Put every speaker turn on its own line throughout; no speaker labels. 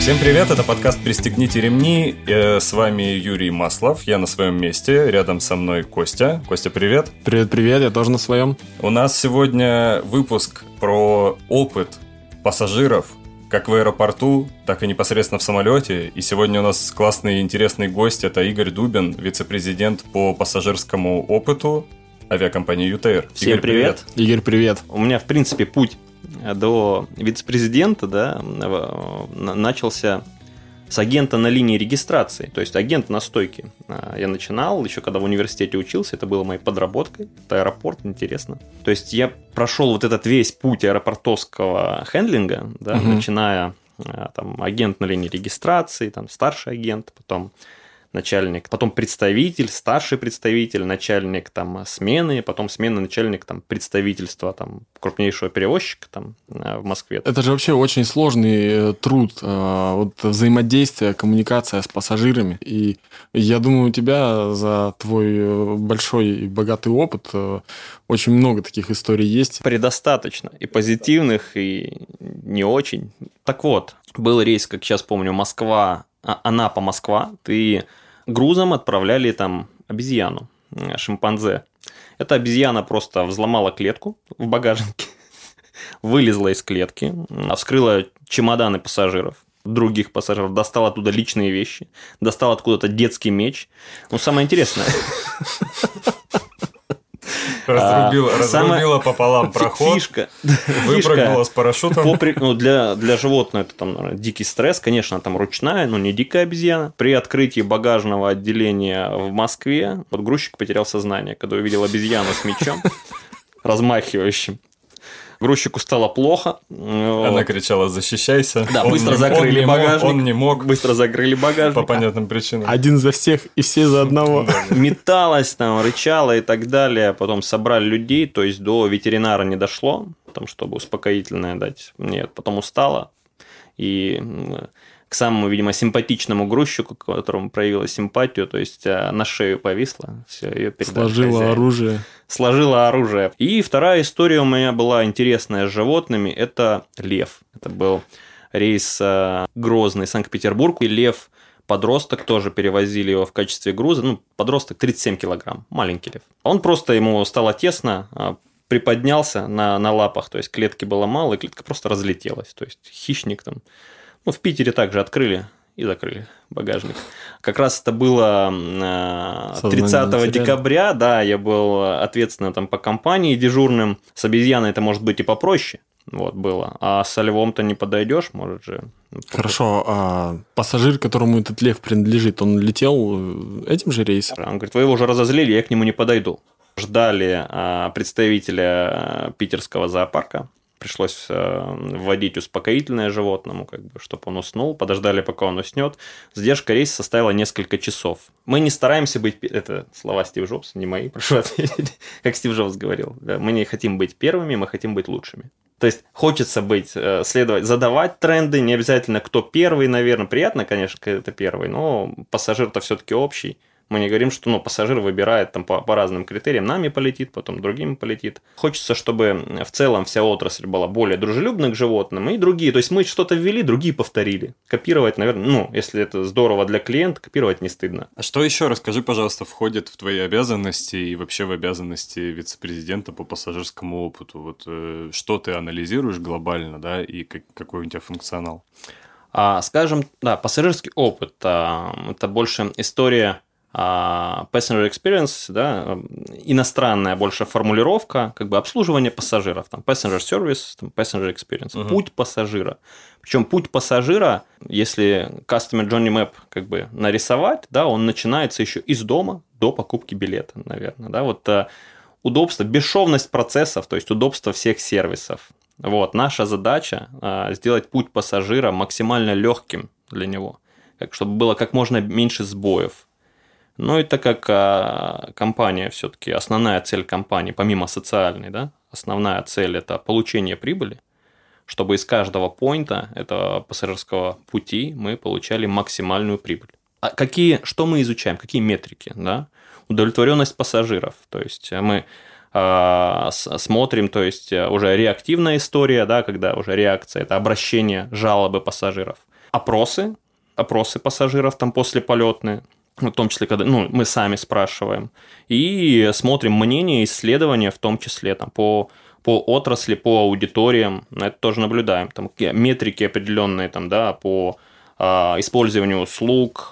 Всем привет, это подкаст «Пристегните ремни», с вами Юрий Маслов, я на своем месте, рядом со мной Костя. Костя, привет.
Привет, я тоже на своем.
У нас сегодня выпуск про опыт пассажиров, как в аэропорту, так и непосредственно в самолете. И сегодня у нас классный и интересный гость, это Игорь Дубин, вице-президент по пассажирскому опыту авиакомпании ЮТР.
Всем
Игорь, привет.
Игорь, привет.
У меня, в принципе, путь до вице-президента, начался с агента на линии регистрации, то есть агент на стойке. Я начинал еще когда в университете учился, это было моей подработкой, это аэропорт, интересно. То есть я прошел вот этот весь путь аэропортовского хендлинга, начиная там агент на линии регистрации, там старший агент, потом начальник, потом представитель, старший представитель, начальник там смены, потом смена, начальник там представительства там крупнейшего перевозчика там в Москве.
Это же вообще очень сложный труд, вот взаимодействие, коммуникация с пассажирами. И я думаю, у тебя за твой большой и богатый опыт очень много таких историй есть.
Предостаточно. И позитивных, и не очень. Так вот, был рейс, как сейчас помню, Анапа-Москва. Ты грузом отправляли там обезьяну, шимпанзе. Эта обезьяна просто взломала клетку в багажнике, вылезла из клетки, вскрыла чемоданы пассажиров, других пассажиров, достала оттуда личные вещи, достала откуда-то детский меч. Ну, самое интересное...
Разрубила пополам проход,
фишка,
выпрыгнула с парашютом.
Для животного это там, наверное, дикий стресс, конечно, там ручная, но не дикая обезьяна. При открытии багажного отделения в Москве грузчик потерял сознание, когда увидел обезьяну с мечом, размахивающим. Грузчику стало плохо.
Она кричала: «Защищайся».
Да, быстро закрыли багажник.
Он не мог.
Быстро закрыли багажник.
По понятным причинам.
Один за всех и все за одного.
Металась, там, рычала и так далее. Потом собрали людей, то есть до ветеринара не дошло, там, чтобы успокоительное дать. Нет, потом устала. И к самому, видимо, симпатичному грузчику, которому проявила симпатию, то есть на шею повисла, все, ее передали хозяину. Сложила оружие. И вторая история у меня была интересная с животными, это лев. Это был рейс Грозный, Санкт-Петербург, и лев подросток, тоже перевозили его в качестве груза, подросток 37 килограмм, маленький лев. Он просто, ему стало тесно, приподнялся на лапах, то есть клетки было мало, и клетка просто разлетелась, то есть хищник там. В Питере также открыли и закрыли багажник. Как раз это было 30 декабря, да, я был ответственным там по компании дежурным. С обезьяной это может быть и попроще, было. А со львом-то не подойдешь, может же.
Хорошо, а пассажир, которому этот лев принадлежит, он летел этим же рейсом?
Он говорит: вы его уже разозлили, я к нему не подойду. Ждали представителя питерского зоопарка. Пришлось вводить успокоительное животному, чтобы он уснул. Подождали, пока он уснет. Задержка рейса составила несколько часов. Мы не стараемся быть... Это слова Стив Джобс, не мои, прошу ответить. Как Стив Джобс говорил. Мы не хотим быть первыми, мы хотим быть лучшими. То есть, хочется следовать, задавать тренды. Не обязательно кто первый, наверное. Приятно, конечно, когда это первый, но пассажир-то все-таки общий. Мы не говорим, что пассажир выбирает там по разным критериям, нами полетит, потом другим полетит. Хочется, чтобы в целом вся отрасль была более дружелюбна к животным, и другие. То есть мы что-то ввели, другие повторили. Копировать, наверное, если это здорово для клиента, копировать не стыдно.
А что еще, расскажи, пожалуйста, входит в твои обязанности и вообще в обязанности вице-президента по пассажирскому опыту? Что ты анализируешь глобально, да, и какой у тебя функционал?
Скажем, да, пассажирский опыт – это больше история passenger experience, да, иностранная больше формулировка, обслуживание пассажиров, там, passenger service, там, passenger experience, путь пассажира. Причем путь пассажира, если customer journey map нарисовать, да, он начинается еще из дома до покупки билета, наверное, да, удобство, бесшовность процессов, то есть удобство всех сервисов. Наша задача сделать путь пассажира максимально легким для него, чтобы было как можно меньше сбоев. Но это как компания все-таки, основная цель компании, помимо социальной, да, основная цель – это получение прибыли, чтобы из каждого поинта этого пассажирского пути мы получали максимальную прибыль. Что мы изучаем, какие метрики, да? Удовлетворенность пассажиров, то есть мы смотрим, то есть уже реактивная история, да, когда уже реакция – это обращение, жалобы пассажиров. опросы пассажиров там послеполетные, в том числе, когда мы сами спрашиваем, и смотрим мнения, исследования, в том числе там, по отрасли, по аудиториям, это тоже наблюдаем. Там метрики определенные там, да, по использованию услуг,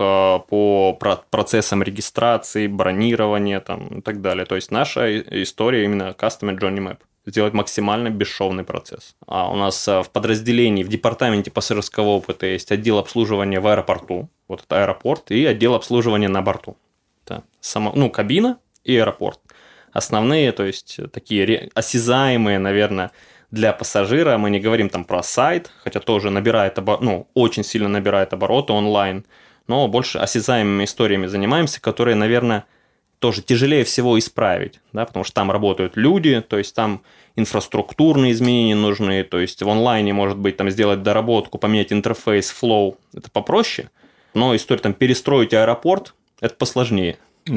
по процессам регистрации, бронирования там, и так далее. То есть наша история именно Customer Journey Map. Сделать максимально бесшовный процесс. А у нас в подразделении, в департаменте пассажирского опыта есть отдел обслуживания в аэропорту, вот это аэропорт, и отдел обслуживания на борту. Это кабина и аэропорт. Основные, то есть такие осязаемые, наверное, для пассажира. Мы не говорим там про сайт, хотя тоже набирает очень сильно набирает обороты онлайн, но больше осязаемыми историями занимаемся, которые, наверное, тоже тяжелее всего исправить, да, потому что там работают люди, то есть там инфраструктурные изменения нужны, то есть в онлайне, может быть, там сделать доработку, поменять интерфейс, флоу, это попроще, но история там перестроить аэропорт, это посложнее.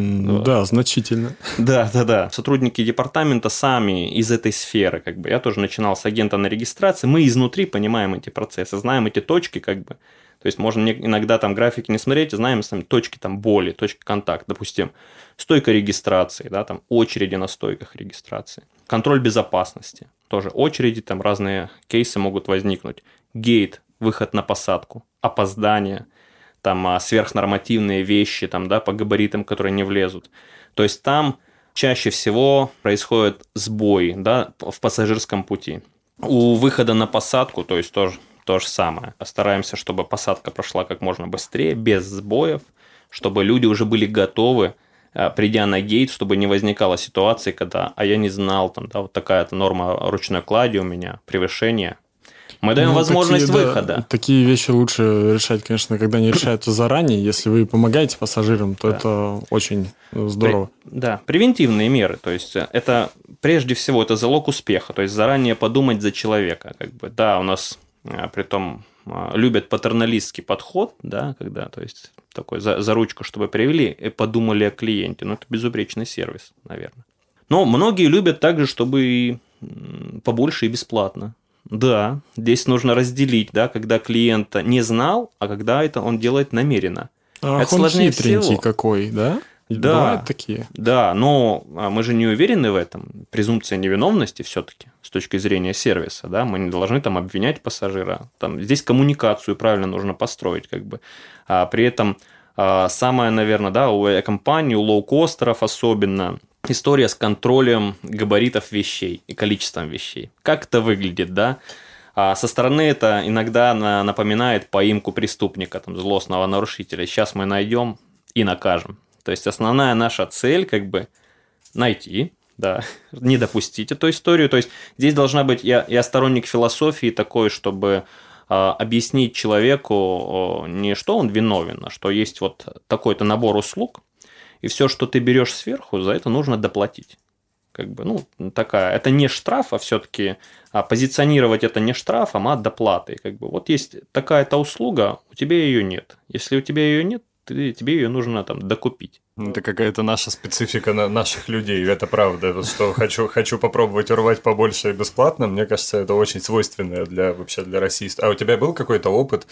Да, значительно.
Да. Сотрудники департамента сами из этой сферы, как бы. Я тоже начинал с агента на регистрации, мы изнутри понимаем эти процессы, знаем эти точки, как бы. То есть можно иногда там графики не смотреть, знаем сами точки там боли, точки контакта, допустим, стойка регистрации, да, там очереди на стойках регистрации, контроль безопасности, тоже очереди, там разные кейсы могут возникнуть, гейт, выход на посадку, опоздание, там сверхнормативные вещи, там, да, по габаритам, которые не влезут. То есть там чаще всего происходит сбой, да, в пассажирском пути. У выхода на посадку, то есть тоже то же самое. Стараемся, чтобы посадка прошла как можно быстрее, без сбоев, чтобы люди уже были готовы, придя на гейт, чтобы не возникало ситуации, когда я не знал, там, да, вот такая-то норма ручной клади у меня, превышение. Мы даем возможность выхода.
Да, такие вещи лучше решать, конечно, когда они решаются заранее. Если вы помогаете пассажирам, то это очень здорово.
Превентивные меры. То есть это прежде всего это залог успеха. То есть заранее подумать за человека. Как бы. Да, у нас притом любят патерналистский подход, да, когда, то есть такой за ручку, чтобы привели и подумали о клиенте. Это безупречный сервис, наверное. Но многие любят также, чтобы побольше и бесплатно. Да, здесь нужно разделить, да, когда клиент не знал, а когда это он делает намеренно.
Это сложнее всего. Какой, да?
Да,
бывают такие.
Да, но мы же не уверены в этом. Презумпция невиновности все-таки с точки зрения сервиса, да, мы не должны там обвинять пассажира. Там, здесь коммуникацию правильно нужно построить, как бы. А при этом самое, наверное, да, у компаний, у лоукостеров особенно, история с контролем габаритов вещей и количеством вещей. Как это выглядит, да? Со стороны это иногда напоминает поимку преступника, там, злостного нарушителя. Сейчас мы найдем и накажем. То есть основная наша цель как бы найти, да, не допустить эту историю. То есть здесь должна быть, я сторонник философии такой, чтобы объяснить человеку не что он виновен, а что есть вот такой-то набор услуг, и все, что ты берешь сверху, за это нужно доплатить. Как бы, такая, это не штраф, а все-таки позиционировать это не штрафом, а доплатой. Как бы, вот есть такая-то услуга, у тебя ее нет. Если у тебя ее нет, тебе ее нужно там докупить.
Это какая-то наша специфика наших людей, это правда. Вот что хочу попробовать урвать побольше и бесплатно, мне кажется, это очень свойственно вообще для России. А у тебя был какой-то опыт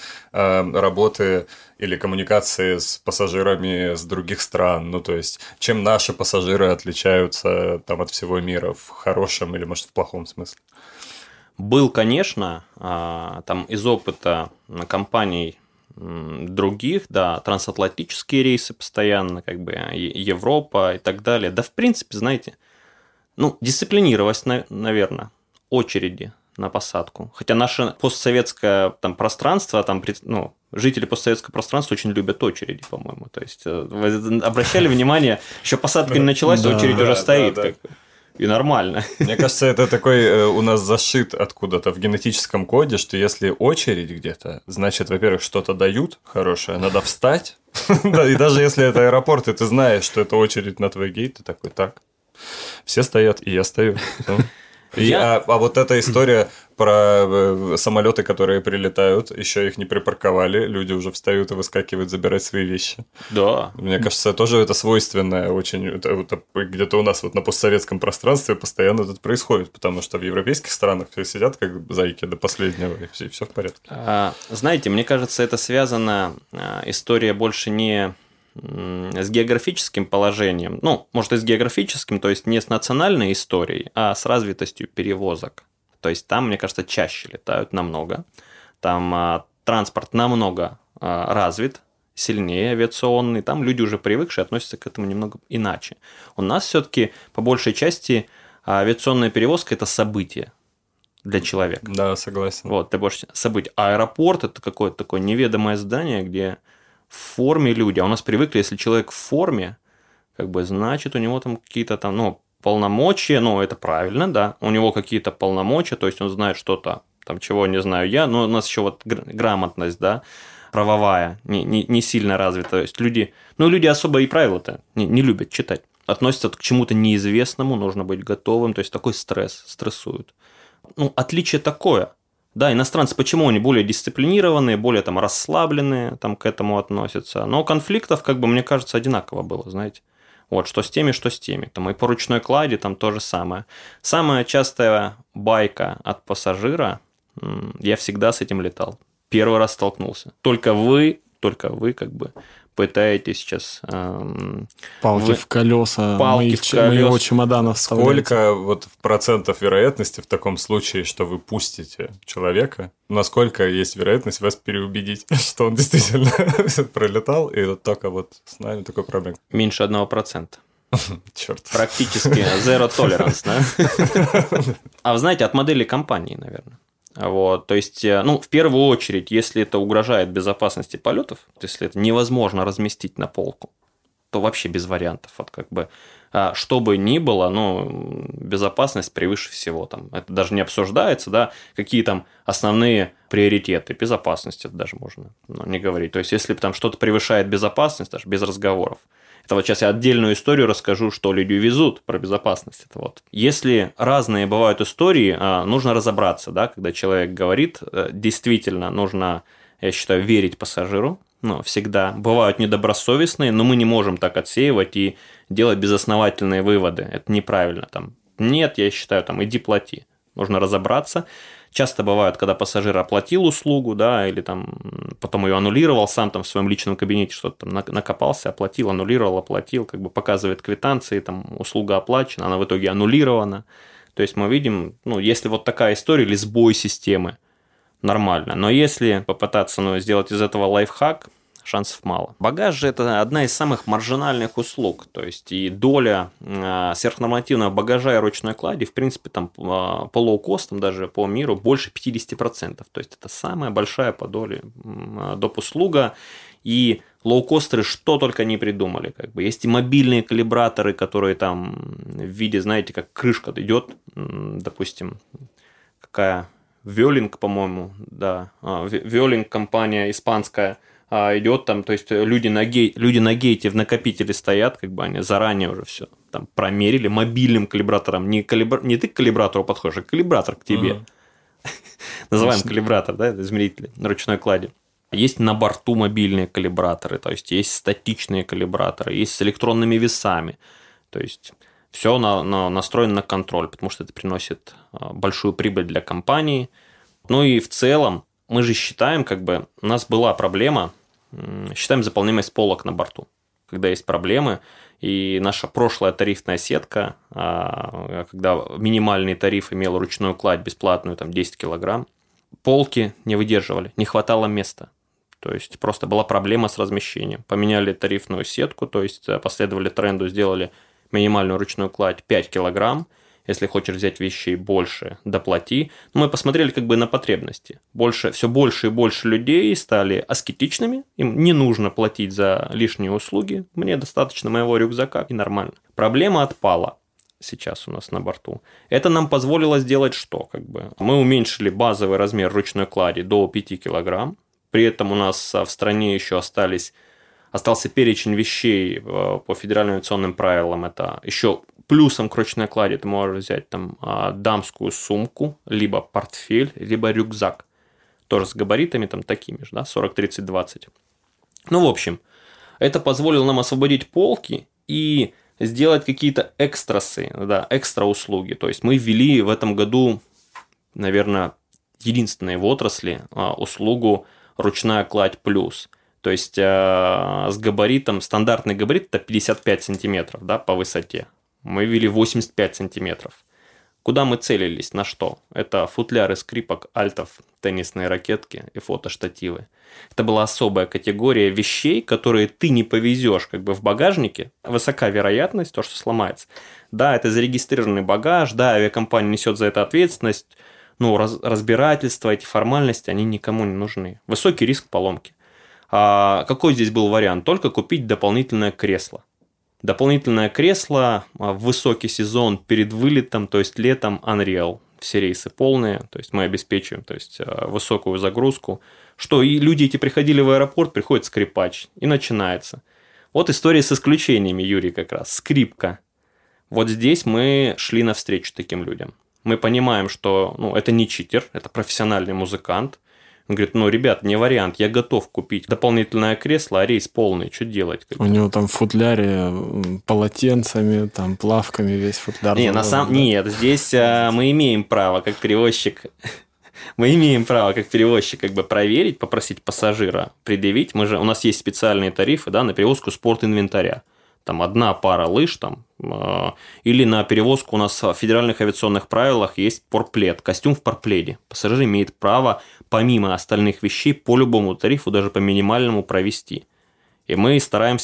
работы или коммуникации с пассажирами с других стран? Ну, то есть, чем наши пассажиры отличаются там от всего мира в хорошем или, может, в плохом смысле?
Был, конечно, там из опыта компаний других, да, трансатлантические рейсы постоянно, как бы Европа и так далее. Да, в принципе, знаете, дисциплинировать, наверное, очереди на посадку. Хотя наше постсоветское там пространство, там, жители постсоветского пространства очень любят очереди, по-моему. То есть, вы обращали внимание, еще посадка не началась, очередь уже стоит. Как бы. И нормально.
Мне кажется, это такой у нас зашит откуда-то в генетическом коде, что если очередь где-то, значит, во-первых, что-то дают хорошее, надо встать. И даже если это аэропорт, и ты знаешь, что это очередь на твой гейт, ты такой, так, все стоят, и я стою. А вот эта история про самолеты, которые прилетают, еще их не припарковали, люди уже встают и выскакивают забирать свои вещи.
Да.
Мне кажется, тоже это свойственное очень, где-то у нас вот на постсоветском пространстве постоянно это происходит, потому что в европейских странах все сидят как зайки до последнего, и все в порядке.
Знаете, мне кажется, это связано, история больше не с географическим положением, ну, может, и с географическим, то есть не с национальной историей, а с развитостью перевозок. То есть там, мне кажется, чаще летают намного, там транспорт намного развит, сильнее авиационный, там люди уже привыкшие относятся к этому немного иначе. У нас все-таки по большей части авиационная перевозка – это событие для человека.
Да, согласен.
Вот, ты больше событие. Аэропорт – это какое-то такое неведомое здание, где в форме люди, а у нас привыкли, если человек в форме, как бы, значит, у него там какие-то там, ну, полномочия, ну, это правильно, да, у него какие-то полномочия, то есть он знает что-то, там, чего не знаю я, но у нас еще вот грамотность, да, правовая, не сильно развита, то есть люди особо и правила-то не любят читать, относятся к чему-то неизвестному, нужно быть готовым, то есть такой стрессуют. Ну, отличие такое. Да, иностранцы, почему они более дисциплинированные, более там расслабленные, там к этому относятся, но конфликтов, как бы, мне кажется, одинаково было, знаете. Вот, что с теми, что с теми. Там и по ручной клади там то же самое. Самая частая байка от пассажира, я всегда с этим летал. Первый раз столкнулся. Только вы как бы пытаетесь сейчас...
Палки в колеса моего чемодана вставляете.
Сколько вот в процентов вероятности в таком случае, что вы пустите человека, насколько есть вероятность вас переубедить, что он действительно пролетал, и вот только вот с нами такой проблем?
Меньше 1%.
Черт.
Практически zero tolerance, да? А вы знаете, от модели компании, наверное. Вот, то есть, ну, в первую очередь, если это угрожает безопасности полетов, если это невозможно разместить на полку, то вообще без вариантов. Вот как бы, что бы ни было, ну, безопасность превыше всего. Там, это даже не обсуждается, да, какие там основные приоритеты безопасности, это даже можно не говорить. То есть, если там что-то превышает безопасность, даже без разговоров. Это вот сейчас я отдельную историю расскажу, что люди везут про безопасность. Это вот. Если разные бывают истории, нужно разобраться, да, когда человек говорит, действительно нужно, я считаю, верить пассажиру, ну, всегда. Бывают недобросовестные, но мы не можем так отсеивать и делать безосновательные выводы. Это неправильно. Там, нет, я считаю, там, иди плати. Нужно разобраться. Часто бывает, когда пассажир оплатил услугу, да, или там потом ее аннулировал, сам там в своем личном кабинете что-то там накопался, оплатил, аннулировал, оплатил, как бы показывает квитанции, там услуга оплачена, она в итоге аннулирована. То есть мы видим, ну, если вот такая история или сбой системы, нормально. Но если попытаться, ну, сделать из этого лайфхак, шансов мало. Багаж же это одна из самых маржинальных услуг, то есть и доля сверхнормативного багажа и ручной клади, в принципе, там по лоу-костам даже по миру больше 50%, то есть это самая большая по доле доп. Услуга, и лоу-костеры что только не придумали, как бы есть и мобильные калибраторы, которые там в виде, знаете, как крышка идет, допустим, какая Vueling, по-моему, да, Vueling компания испанская, идет там, то есть люди на гейте в накопителе стоят, как бы они заранее уже все там промерили мобильным калибратором, не ты к калибратору подходишь, а калибратор к тебе. Называем калибратор, да, это измеритель на ручной клади. Есть на борту мобильные калибраторы, то есть есть статичные калибраторы, есть с электронными весами, то есть все настроено на контроль, потому что это приносит большую прибыль для компании. Ну и в целом мы же считаем, как бы у нас была проблема, считаем заполняемость полок на борту, когда есть проблемы, и наша прошлая тарифная сетка, когда минимальный тариф имел ручную кладь бесплатную, там 10 килограмм, полки не выдерживали, не хватало места. То есть просто была проблема с размещением. Поменяли тарифную сетку, то есть последовали тренду, сделали минимальную ручную кладь 5 килограмм. Если хочешь взять вещей больше, доплати. Но мы посмотрели как бы на потребности. Все больше и больше людей стали аскетичными. Им не нужно платить за лишние услуги. Мне достаточно моего рюкзака и нормально. Проблема отпала сейчас у нас на борту. Это нам позволило сделать что? Как бы? Мы уменьшили базовый размер ручной клади до 5 килограмм. При этом у нас в стране еще остался перечень вещей по федеральным авиационным правилам. Это еще Плюсом к ручной клади ты можешь взять там дамскую сумку, либо портфель, либо рюкзак. Тоже с габаритами там такими же, да, 40, 30, 20. Ну, в общем, это позволило нам освободить полки и сделать какие-то экстрасы, да, экстра услуги. То есть мы ввели в этом году, наверное, единственной в отрасли услугу ручная кладь плюс. То есть с габаритом, стандартный габарит это 55 сантиметров, да, по высоте. Мы ввели 85 сантиметров. Куда мы целились? На что? Это футляры скрипок, альтов, теннисные ракетки и фотоштативы. Это была особая категория вещей, которые ты не повезешь как бы в багажнике. Высока вероятность, то, что сломается. Да, это зарегистрированный багаж, да, авиакомпания несет за это ответственность. Ну, разбирательства, эти формальности, они никому не нужны. Высокий риск поломки. А какой здесь был вариант? Только купить дополнительное кресло. Дополнительное кресло в высокий сезон перед вылетом, то есть летом Unreal. Все рейсы полные, то есть мы обеспечиваем высокую загрузку. Что и люди эти приходили в аэропорт, приходит скрипач, и начинается. Вот история с исключениями, Юрий, как раз. Скрипка. Вот здесь мы шли навстречу таким людям. Мы понимаем, что это не читер, это профессиональный музыкант. Он говорит, ребят, не вариант, я готов купить дополнительное кресло, а рейс полный, что делать?
У него там в футляре полотенцами, там плавками весь футляр.
Нет, здесь мы имеем право, как перевозчик, как бы проверить, попросить пассажира предъявить. У нас есть специальные тарифы, да, на перевозку спортинвентаря. Там одна пара лыж, или на перевозку у нас в федеральных авиационных правилах есть порплед, костюм в порпледе. Пассажир имеет право, помимо остальных вещей, по любому тарифу, даже по минимальному провести. И мы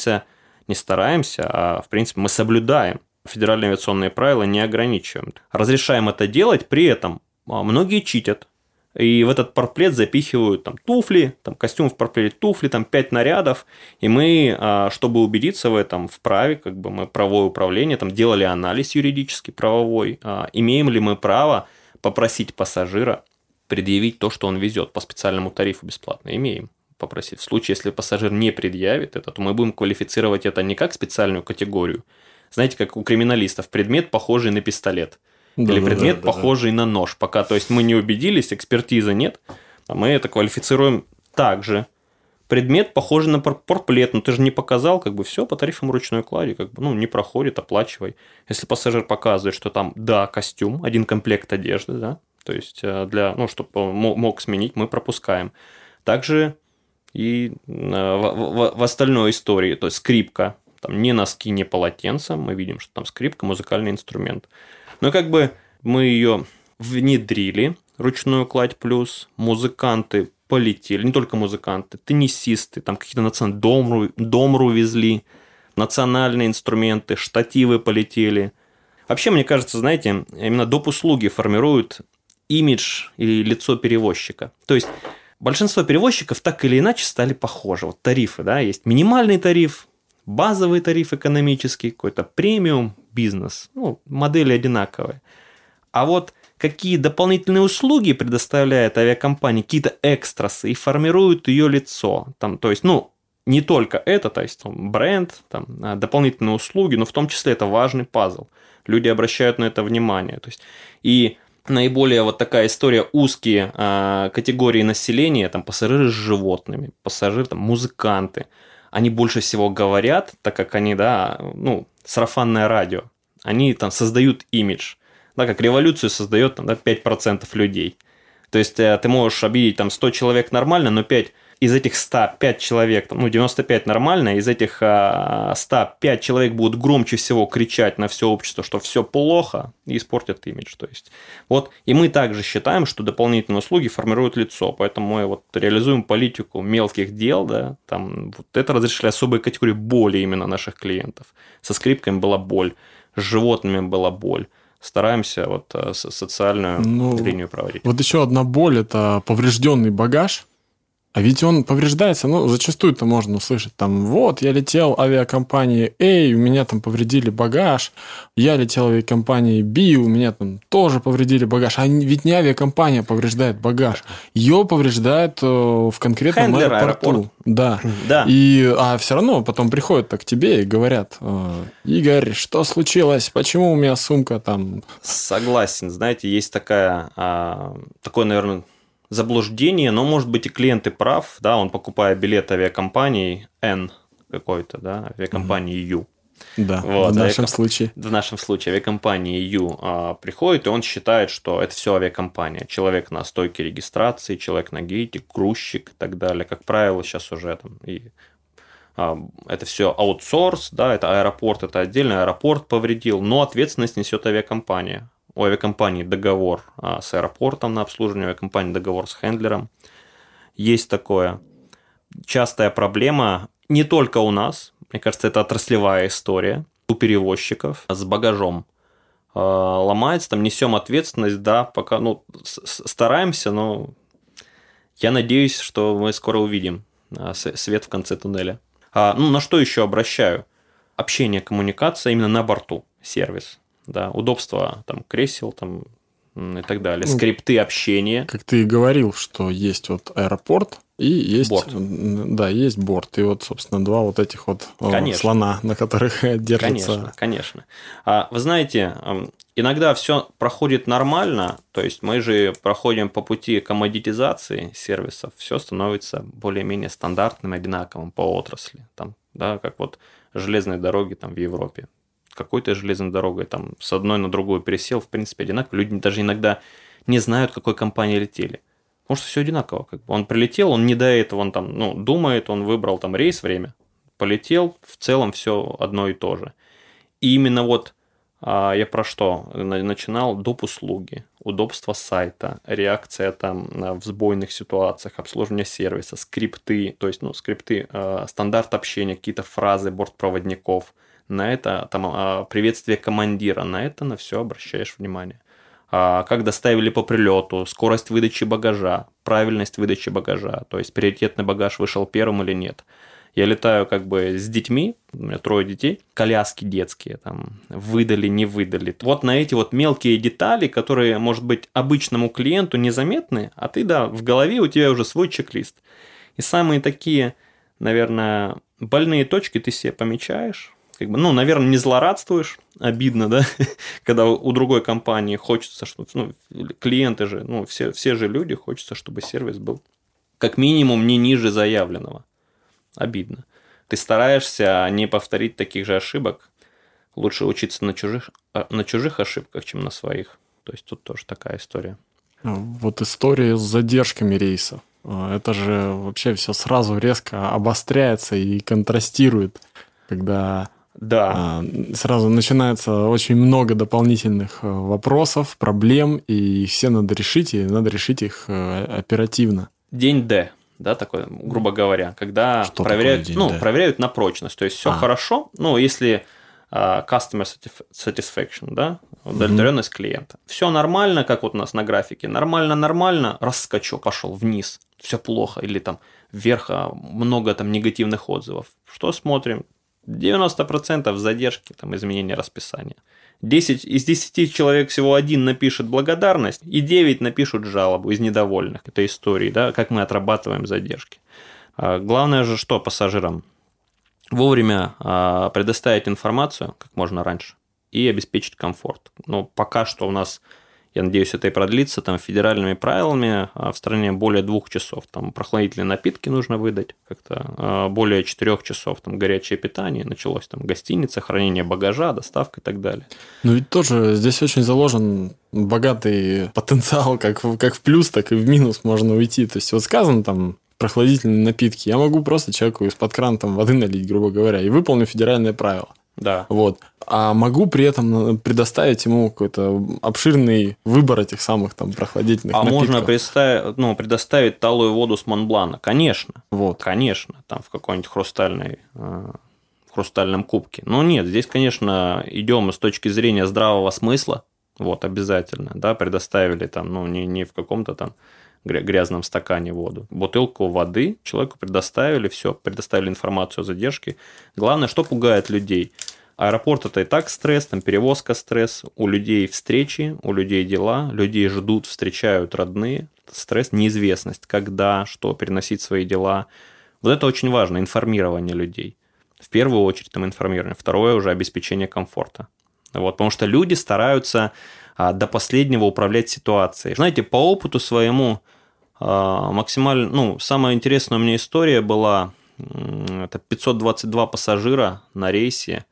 в принципе, мы соблюдаем федеральные авиационные правила, не ограничиваем. Разрешаем это делать, при этом многие читят. И в этот порплед запихивают туфли, костюм в порпледе, туфли, 5 нарядов. И мы, чтобы убедиться в этом, вправе, мы правовое управление, делали анализ юридический, правовой. Имеем ли мы право попросить пассажира предъявить то, что он везет по специальному тарифу бесплатно? Имеем попросить. В случае, если пассажир не предъявит это, то мы будем квалифицировать это не как специальную категорию. Знаете, как у криминалистов, предмет, похожий на пистолет. Или предмет, похожий на нож. Пока, то есть, мы не убедились, экспертизы нет, мы это квалифицируем так же. Предмет, похожий на порплет, ты же не показал, все, по тарифам ручной клади, не проходит, оплачивай. Если пассажир показывает, что там, да, костюм, один комплект одежды, да, то есть, чтобы он мог сменить, мы пропускаем. Также и в остальной истории, то есть, скрипка, не носки, не полотенца, мы видим, что там скрипка, музыкальный инструмент. Но мы ее внедрили, ручную кладь плюс, музыканты полетели, не только музыканты, теннисисты, какие-то домру везли, национальные инструменты, штативы полетели. Вообще, мне кажется, знаете, именно доп. Услуги формируют имидж и лицо перевозчика. То есть, большинство перевозчиков так или иначе стали похожи. Вот тарифы, да, есть минимальный тариф, базовый тариф экономический, какой-то премиум, бизнес. Модели одинаковые. А вот какие дополнительные услуги предоставляет авиакомпания, какие-то экстрасы, и формируют ее лицо. То есть, не только это, то есть, бренд, дополнительные услуги, но в том числе это важный пазл. Люди обращают на это внимание. То есть, и наиболее такая история, узкие категории населения, пассажиры с животными, пассажиры, музыканты, они больше всего говорят, так как они, сарафанное радио, они создают имидж, да, как революцию создает 5% людей. То есть, ты можешь обидеть 100 человек нормально, но из этих 100 5 человек, 95 нормально, из этих 100 5 человек будут громче всего кричать на все общество, что все плохо, и испортят имидж. То есть, и мы также считаем, что дополнительные услуги формируют лицо, поэтому мы реализуем политику мелких дел, да, это разрешили особые категории боли именно наших клиентов. Со скрипками была боль, с животными была боль. Стараемся социальную линию проводить.
Вот еще одна боль – это поврежденный багаж. А ведь он повреждается, ну, зачастую-то можно услышать, там, вот, я летел авиакомпанией A, у меня там повредили багаж, я летел авиакомпанией B, у меня там тоже повредили багаж. А ведь не авиакомпания повреждает багаж, ее повреждает в конкретном
Хендлер,
аэропорту.
аэропорт.
Да.
Да.
А все равно потом приходят к тебе и говорят: Игорь, что случилось? Почему у меня сумка там...
Согласен. Знаете, есть такое, наверное, заблуждение, но, может быть, и клиент и прав, да, он покупая билет авиакомпании N какой-то, да, авиакомпании U.
Да,
Вот,
в нашем случае.
В нашем случае авиакомпания U приходит, и он считает, что это все авиакомпания. Человек на стойке регистрации, человек на гейте, грузчик и так далее. Как правило, сейчас уже там и это все аутсорс, да, это аэропорт, это отдельно, аэропорт повредил, но ответственность несет авиакомпания. У авиакомпании договор с аэропортом на обслуживание, у авиакомпании договор с хендлером. Есть такое. Частая проблема не только у нас, мне кажется, это отраслевая история, у перевозчиков с багажом. Ломается, там несем ответственность, да, пока, стараемся, но я надеюсь, что мы скоро увидим свет в конце туннеля. На что еще обращаю? Общение, коммуникация именно на борту, сервис. Да, удобство там, кресел там, и так далее, скрипты общения.
Как ты и говорил, что есть вот аэропорт и есть
борт.
Да, есть борт. И вот, собственно, два вот этих вот слона, на которых держится.
Конечно. Вы знаете, иногда все проходит нормально, то есть мы же проходим по пути коммодитизации сервисов, все становится более-менее стандартным, одинаковым по отрасли. Там, да, как вот железные дороги там, в Европе. Какой-то железной дорогой там с одной на другую пересел, в принципе, одинаково. Люди даже иногда не знают, какой компании летели. Потому что все одинаково. Как бы. Он прилетел, он не до этого, он там, думает, он выбрал там рейс, время, полетел, в целом все одно и то же. И именно вот я про что начинал? Доп. Услуги, удобство сайта, реакция там в сбойных ситуациях, обслуживание сервиса, скрипты, то есть, скрипты, стандарт общения, какие-то фразы бортпроводников. На это там приветствие командира, на все обращаешь внимание. Как доставили по прилету, скорость выдачи багажа, правильность выдачи багажа, то есть приоритетный багаж вышел первым или нет. Я летаю как бы с детьми, у меня 3 детей, коляски детские, там, выдали, не выдали. Вот на эти вот мелкие детали, которые, может быть, обычному клиенту незаметны, а ты, да, в голове у тебя уже свой чек-лист. И самые такие, наверное, больные точки ты себе помечаешь. Как бы, наверное, не злорадствуешь, обидно, да, когда у другой компании хочется, чтобы, клиенты же, все же люди, хочется, чтобы сервис был как минимум не ниже заявленного. Обидно. Ты стараешься не повторить таких же ошибок, лучше учиться на чужих ошибках, чем на своих. То есть тут тоже такая история.
Вот история с задержками рейса. Это же вообще все сразу резко обостряется и контрастирует, когда...
Да.
Сразу начинается очень много дополнительных вопросов, проблем, и все надо решить, и надо решить их оперативно.
День Д, да, такой, грубо говоря, когда проверяют на прочность, то есть все хорошо, если customer satisfaction, да, удовлетворенность клиента. Все нормально, как вот у нас на графике, нормально, раз скачок пошел вниз, все плохо, или там вверх много там негативных отзывов. Что смотрим? 90% задержки, там, изменения расписания. Из 10 человек всего 1 напишет благодарность, и 9 напишут жалобу из недовольных этой историей, да, как мы отрабатываем задержки. Главное же, что пассажирам? Вовремя предоставить информацию как можно раньше и обеспечить комфорт. Но пока что у нас, я надеюсь, это и продлится, там федеральными правилами в стране более 2 часов. Там прохладительные напитки нужно выдать, как-то более 4 часов там горячее питание, началось там гостиница, хранение багажа, доставка и так далее.
Ну ведь тоже здесь очень заложен богатый потенциал, как в плюс, так и в минус можно уйти. То есть вот сказано там прохладительные напитки, я могу просто человеку из-под крана там воды налить, грубо говоря, и выполню федеральное правило.
Да.
Вот. А могу при этом предоставить ему какой-то обширный выбор этих самых там прохладительных напитков.
Можно предоставить талую воду с Монблана. Конечно.
Вот.
Конечно. Там в какой-нибудь хрустальном кубке. Но нет, здесь, конечно, идем с точки зрения здравого смысла. Вот, обязательно. Да, предоставили там, не в каком-то там грязном стакане воду. Бутылку воды человеку предоставили, все, предоставили информацию о задержке. Главное, что пугает людей. Аэропорт – это и так стресс, там перевозка стресс, у людей встречи, у людей дела, людей ждут, встречают родные. Стресс, неизвестность, когда, что, переносить свои дела. Вот это очень важно, информирование людей. В первую очередь там информирование, второе уже обеспечение комфорта. Вот, потому что люди стараются до последнего управлять ситуацией. Знаете, по опыту своему максимально, самая интересная у меня история была, это 522 пассажира на рейсе,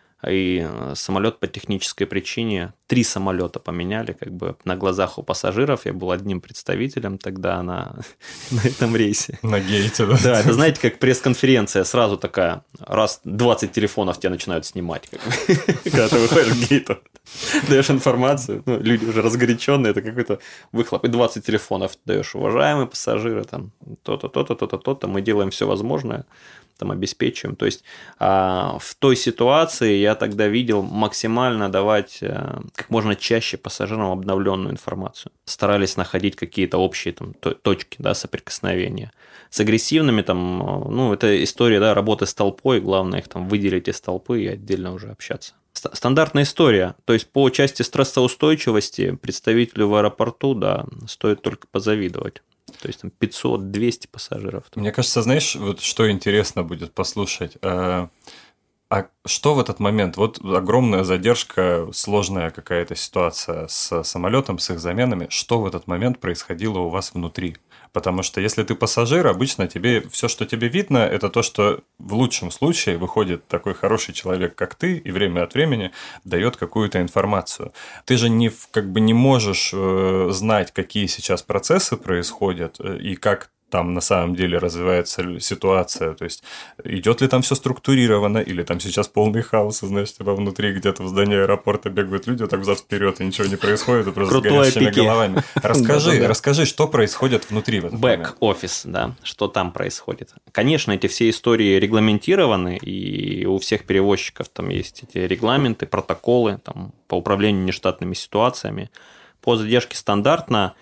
и самолет по технической причине, 3 самолета поменяли как бы на глазах у пассажиров. Я был одним представителем тогда на этом рейсе.
На гейте, да?
Да, это знаете, как пресс-конференция, сразу такая, раз 20 телефонов тебя начинают снимать, когда ты выходишь к гейту, даешь информацию, люди уже разгоряченные, это какой-то выхлоп, и 20 телефонов даешь, уважаемые пассажиры, там, то-то, то-то, то-то, то-то, мы делаем все возможное, там обеспечиваем. То есть в той ситуации я тогда видел максимально давать как можно чаще пассажирам обновленную информацию. Старались находить какие-то общие там точки, да, соприкосновения. С агрессивными там, это история, да, работы с толпой, главное их там выделить из толпы и отдельно уже общаться. Стандартная история. То есть по части стрессоустойчивости представителю в аэропорту, да, стоит только позавидовать. То есть там 500-200 пассажиров.
Мне кажется, знаешь, вот что интересно будет послушать. А что в этот момент? Вот огромная задержка, сложная какая-то ситуация с самолетом, с их заменами. Что в этот момент происходило у вас внутри? Потому что если ты пассажир, обычно тебе все, что тебе видно, это то, что в лучшем случае выходит такой хороший человек, как ты, и время от времени дает какую-то информацию. Ты же не можешь знать, какие сейчас процессы происходят и как там на самом деле развивается ситуация, то есть идет ли там все структурировано, или там сейчас полный хаос, и, знаешь, типа внутри где-то в здании аэропорта бегают люди, так взад-вперед, и ничего не происходит, и просто с горящими головами. Расскажи, что происходит внутри в этот момент.
Бэк-офис, да, что там происходит. Конечно, эти все истории регламентированы, и у всех перевозчиков там есть эти регламенты, протоколы там, по управлению нештатными ситуациями. По задержке стандартно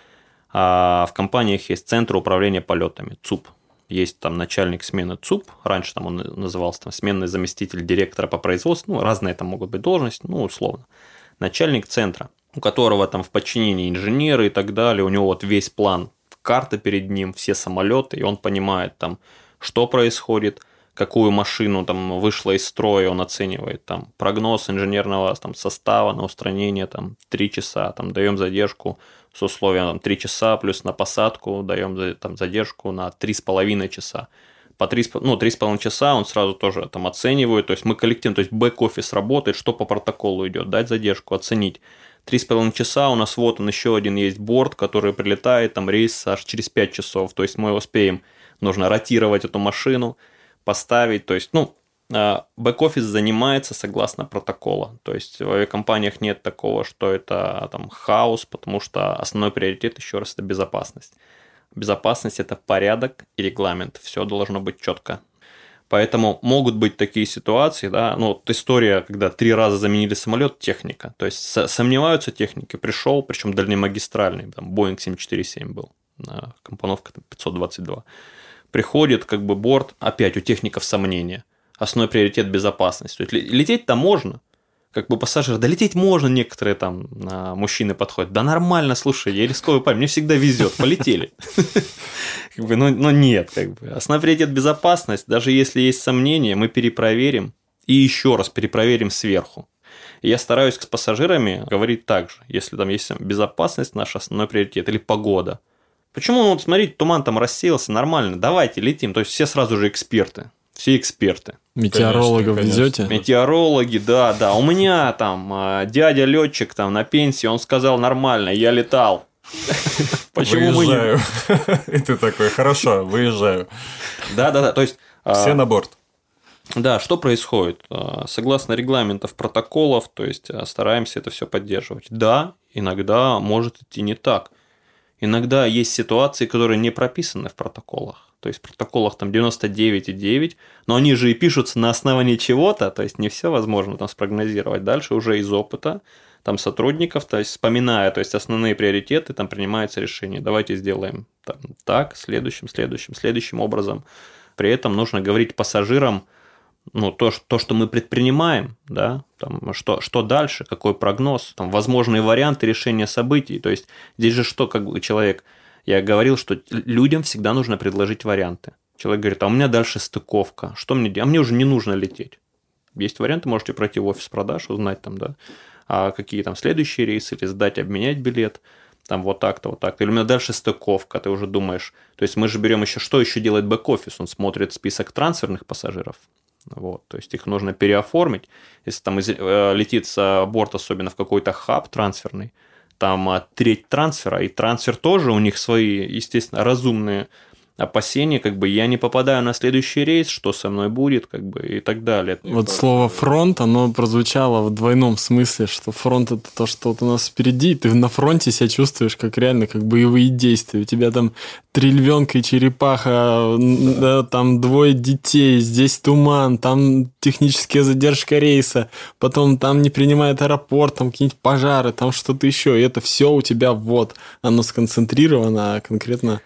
в компаниях есть Центр управления полетами, ЦУП. Есть там начальник смены ЦУП, раньше там он назывался там, сменный заместитель директора по производству, разные там могут быть должности, условно. Начальник центра, у которого там в подчинении инженеры и так далее, у него вот весь план, карта перед ним, все самолеты, и он понимает там, что происходит, какую машину там вышла из строя, он оценивает там прогноз инженерного там, состава на устранение там 3 часа, там даем задержку с условием там, 3 часа плюс на посадку даем там, задержку на 3,5 часа. По 3,5 часа он сразу тоже там оценивает, то есть мы коллективно, то есть бэк-офис работает, что по протоколу идет, дать задержку, оценить. 3,5 часа у нас вот он еще один есть борт, который прилетает, там рейс аж через 5 часов, то есть мы успеем, нужно ротировать эту машину, поставить, то есть, бэк-офис занимается согласно протокола, то есть в авиакомпаниях нет такого, что это там хаос, потому что основной приоритет, еще раз, это безопасность. Безопасность – это порядок и регламент, все должно быть четко. Поэтому могут быть такие ситуации, да, история, когда 3 раза заменили самолет, техника, то есть сомневаются техники, пришел, причем дальнемагистральный, там Boeing 747 был, компоновка 522. Приходит как бы борт, опять у техников сомнения. Основной приоритет – безопасность. То есть лететь-то можно. Как бы пассажир, да лететь можно, некоторые там мужчины подходят. Да нормально, слушай, я рисковый парень, мне всегда везет, полетели. Но нет, как бы. Основной приоритет – безопасность. Даже если есть сомнения, мы перепроверим и еще раз перепроверим сверху. И я стараюсь с пассажирами говорить так же. Если там есть безопасность, наш основной приоритет, или погода. Почему, смотрите, туман там рассеялся, нормально, давайте летим. То есть все сразу же эксперты, все эксперты.
Метеорологов везете?
Метеорологи, да. У меня там дядя летчик там на пенсии, он сказал нормально, я летал.
Почему мы не... И ты такой, хорошо, выезжаю.
Да, то есть...
Все на борт.
Да, что происходит? Согласно регламентов, протоколов, то есть стараемся это все поддерживать. Да, иногда может идти не так. Иногда есть ситуации, которые не прописаны в протоколах. То есть в протоколах там 99,9, но они же и пишутся на основании чего-то, то есть не все возможно там спрогнозировать. Дальше уже из опыта там сотрудников, то есть вспоминая, то есть основные приоритеты, там принимается решение, давайте сделаем там, так, следующим образом. При этом нужно говорить пассажирам, ну, то, что мы предпринимаем, да, там, что дальше, какой прогноз, там, возможные варианты решения событий. То есть здесь же что, как бы человек, я говорил, что людям всегда нужно предложить варианты. Человек говорит, а у меня дальше стыковка, что мне делать? А мне уже не нужно лететь. Есть варианты, можете пройти в офис продаж, узнать там, да, а какие там следующие рейсы, или сдать, обменять билет, там вот так-то, вот так-то. Или у меня дальше стыковка, ты уже думаешь. То есть мы же берем еще, что еще делает бэк-офис, он смотрит список трансферных пассажиров. Вот, то есть их нужно переоформить. Если там летит с борта, особенно в какой-то хаб трансферный, там треть трансфера, и трансфер тоже у них свои, естественно, разумные опасения, как бы я не попадаю на следующий рейс, что со мной будет, как бы и так далее.
Вот слово «фронт», оно прозвучало в двойном смысле, что фронт – это то, что вот у нас впереди, ты на фронте себя чувствуешь как реально, как боевые действия. У тебя там 3 львенка и черепаха, да, там 2 детей, здесь туман, там техническая задержка рейса, потом там не принимает аэропорт, там какие-нибудь пожары, там что-то еще. И это все у тебя вот, оно сконцентрировано конкретно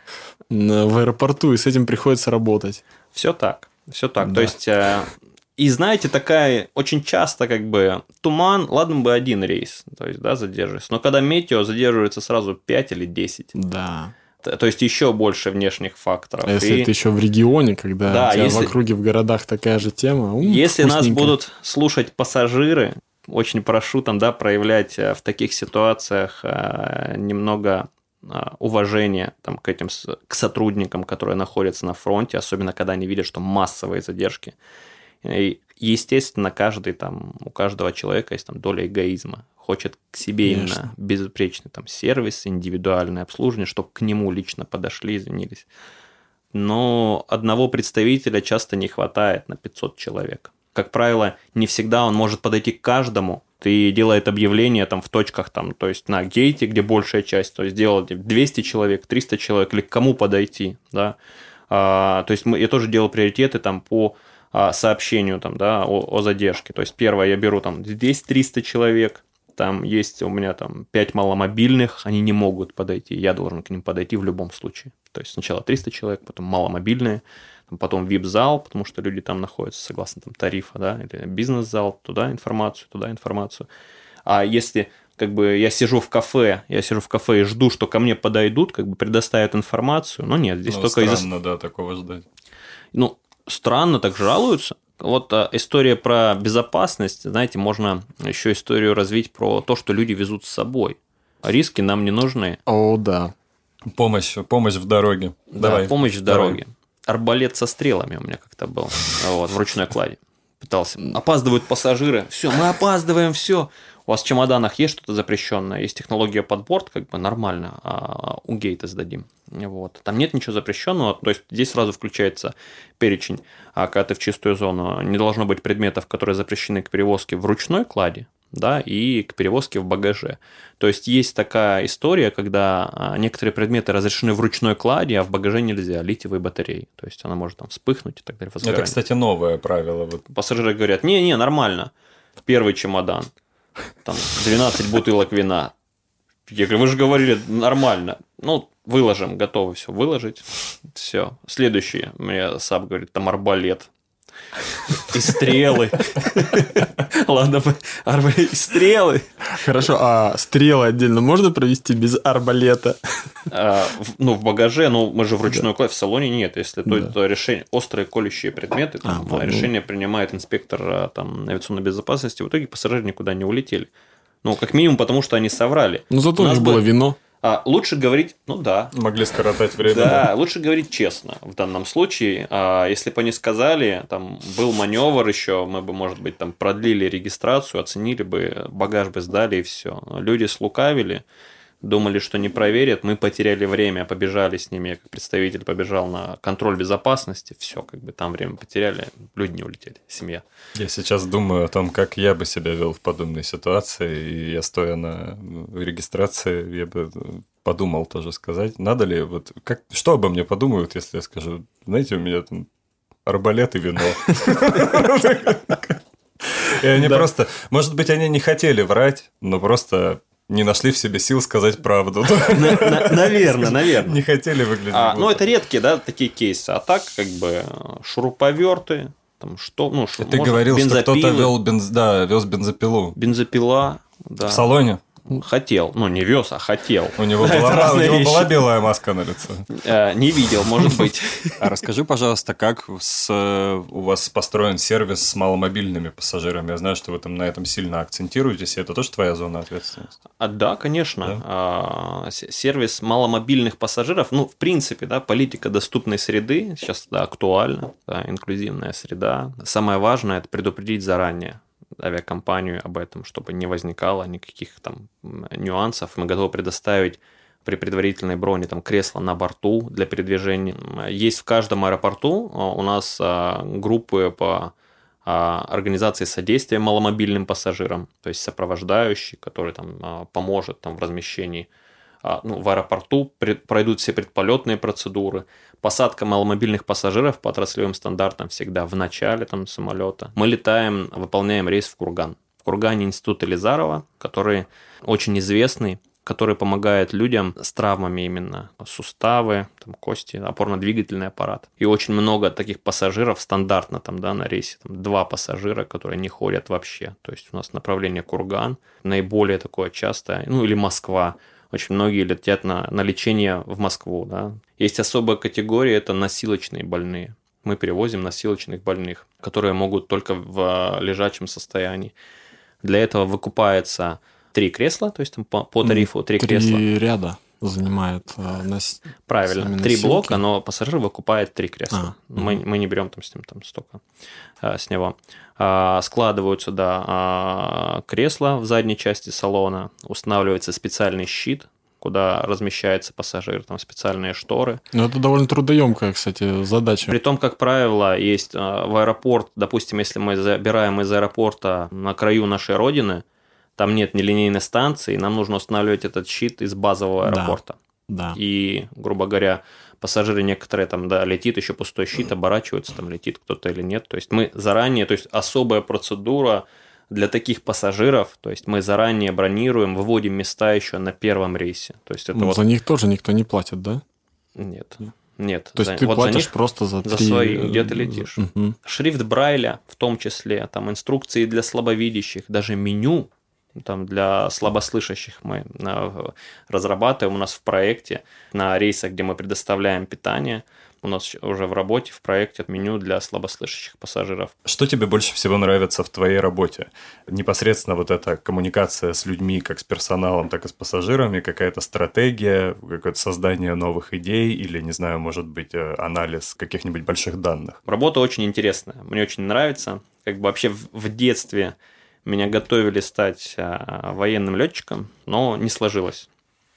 в аэропорту, и с этим приходится работать.
Все так.
Да.
То есть, и знаете, такая очень часто как бы туман, ладно бы один рейс, то есть, да, задерживается, но когда метео задерживается сразу 5 или 10.
Да.
То есть еще больше внешних факторов.
А если это еще в регионе, когда
да,
у тебя
если...
в округе в городах такая же тема.
Если нас будут слушать пассажиры, очень прошу там, да, проявлять в таких ситуациях немного уважения там, к сотрудникам, которые находятся на фронте, особенно когда они видят, что массовые задержки. И, естественно, у каждого человека есть там доля эгоизма. Хочет к себе именно безупречный там, сервис, индивидуальное обслуживание, чтобы к нему лично подошли, извинились. Но одного представителя часто не хватает на 500 человек. Как правило, не всегда он может подойти к каждому. Ты делает объявление там в точках, там, то есть на гейте, где большая часть, то есть делать 200 человек, 300 человек, или к кому подойти, да. То есть я тоже делал приоритеты там по сообщению там, да, о задержке. То есть первое я беру там здесь 300 человек, там есть у меня там 5 маломобильных, они не могут подойти, я должен к ним подойти в любом случае. То есть сначала 300 человек, потом маломобильные, потом VIP-зал, потому что люди там находятся согласно там, тарифа, да, или бизнес-зал, туда информацию. А если как бы я сижу в кафе и жду, что ко мне подойдут, как бы предоставят информацию, но нет, здесь только
странно, да, такого ждать.
Ну, странно, так жалуются. Вот история про безопасность, знаете, можно еще историю развить про то, что люди везут с собой. Риски нам не нужны.
О, да.
Помощь в дороге.
Да,
Давай.
помощь в дороге. Арбалет со стрелами у меня как-то был. Вот, в ручной кладе. Пытался. Опаздывают пассажиры. Все, мы опаздываем, все. У вас в чемоданах есть что-то запрещенное? Есть технология подборд, как бы нормально, а у гейта сдадим. Вот. Там нет ничего запрещенного. То есть здесь сразу включается перечень. А когда ты в чистую зону, не должно быть предметов, которые запрещены к перевозке в ручной кладе, да, и к перевозке в багаже. То есть есть такая история, когда некоторые предметы разрешены в ручной кладе, а в багаже нельзя, литиевые батареи. То есть она может там вспыхнуть и так далее.
Это, кстати, новое правило.
Пассажиры говорят, не, нормально. В первый чемодан там 12 бутылок вина. Я говорю, вы же говорили, нормально. Ну, выложим, готовы все выложить. Все. Следующее, мне САП говорит, там арбалет. И стрелы. Ладно, арбалет и стрелы.
Хорошо, а стрелы отдельно можно провести без арбалета?
Ну, в багаже, мы же в ручной кладе, в салоне нет. Если то решение, острые колющие предметы, решение принимает инспектор там, авиационной безопасности, в итоге пассажиры никуда не улетели. Ну, как минимум, потому что они соврали.
Ну, зато у них было вино.
Лучше говорить,
Могли скоротать время.
Да, лучше говорить честно в данном случае. Если бы они сказали, там был маневр еще, мы бы, может быть, там продлили регистрацию, оценили бы, багаж бы сдали и все. Люди слукавили, думали, что не проверят, мы потеряли время, побежали с ними, я как представитель побежал на контроль безопасности, все, как бы там время потеряли, люди не улетели, семья.
Я сейчас думаю о том, как я бы себя вел в подобной ситуации, и я стоя на регистрации, я бы подумал тоже сказать, надо ли, что обо мне подумают, если я скажу, знаете, у меня там арбалет и вино. И они просто... Может быть, они не хотели врать, но просто не нашли в себе сил сказать правду.
Наверное.
Не хотели выглядеть глупо.
Ну, это редкие, да, такие кейсы. А так, как бы, шуруповерты, там что, ну, что
Ты говорил, что кто-то вез бензопилу.
Бензопила, да.
В салоне?
Хотел. Ну, не вез, а хотел.
У него была белая маска на лице.
Не видел, может быть.
А расскажи, пожалуйста, как у вас построен сервис с маломобильными пассажирами? Я знаю, что вы там на этом сильно акцентируетесь, и это тоже твоя зона ответственности?
Да, конечно. Сервис маломобильных пассажиров, ну, в принципе, да, политика доступной среды сейчас актуальна, да, инклюзивная среда. Самое важное – это предупредить заранее авиакомпанию об этом, чтобы не возникало никаких там нюансов. Мы готовы предоставить при предварительной броне там кресло на борту для передвижения. Есть в каждом аэропорту у нас группы по организации содействия маломобильным пассажирам, то есть сопровождающий, который там поможет там в размещении. В аэропорту пройдут все предполетные процедуры. Посадка маломобильных пассажиров по отраслевым стандартам всегда в начале там, самолета. Мы летаем, выполняем рейс в Курган. В Кургане институт Елизарова, который очень известный, который помогает людям с травмами именно суставы, там, кости, опорно-двигательный аппарат. И очень много таких пассажиров стандартно там, да, на рейсе. Там, 2 пассажира, которые не ходят вообще. То есть у нас направление Курган, наиболее такое частое, ну или Москва. Очень многие летят на лечение в Москву. Да. Есть особая категория, это носилочные больные. Мы перевозим носилочных больных, которые могут только в лежачем состоянии. Для этого выкупается 3 кресла, то есть там по тарифу 3 кресла.
3 ряда занимает
правильно, 3 блока, но пассажир выкупает 3 кресла. Мы не берем там с ним там столько с него. Складываются, да, кресла в задней части салона, устанавливается специальный щит, куда размещается пассажир, там специальные шторы.
Ну, это довольно трудоемкая, кстати, задача.
Притом, как правило, есть в аэропорт, допустим, если мы забираем из аэропорта на краю нашей родины, там нет нелинейной станции, нам нужно устанавливать этот щит из базового аэропорта.
Да.
И, грубо говоря, пассажиры некоторые там, да, летит еще пустой щит, оборачиваются, там летит кто-то или нет. То есть мы заранее, то есть особая процедура для таких пассажиров, то есть мы заранее бронируем, выводим места еще на первом рейсе. То есть это
за них тоже никто не платит, да?
Нет.
То есть ты платишь просто за
свои, где ты летишь. Угу. Шрифт Брайля, в том числе, там инструкции для слабовидящих, даже меню там для слабослышащих мы разрабатываем у нас в проекте на рейсах, где мы предоставляем питание. У нас уже в работе, в проекте меню для слабослышащих пассажиров.
Что тебе больше всего нравится в твоей работе? Непосредственно вот эта коммуникация с людьми, как с персоналом, так и с пассажирами, какая-то стратегия, какое-то создание новых идей или, не знаю, может быть, анализ каких-нибудь больших данных?
Работа очень интересная, мне очень нравится. Как бы вообще в детстве меня готовили стать военным летчиком, но не сложилось.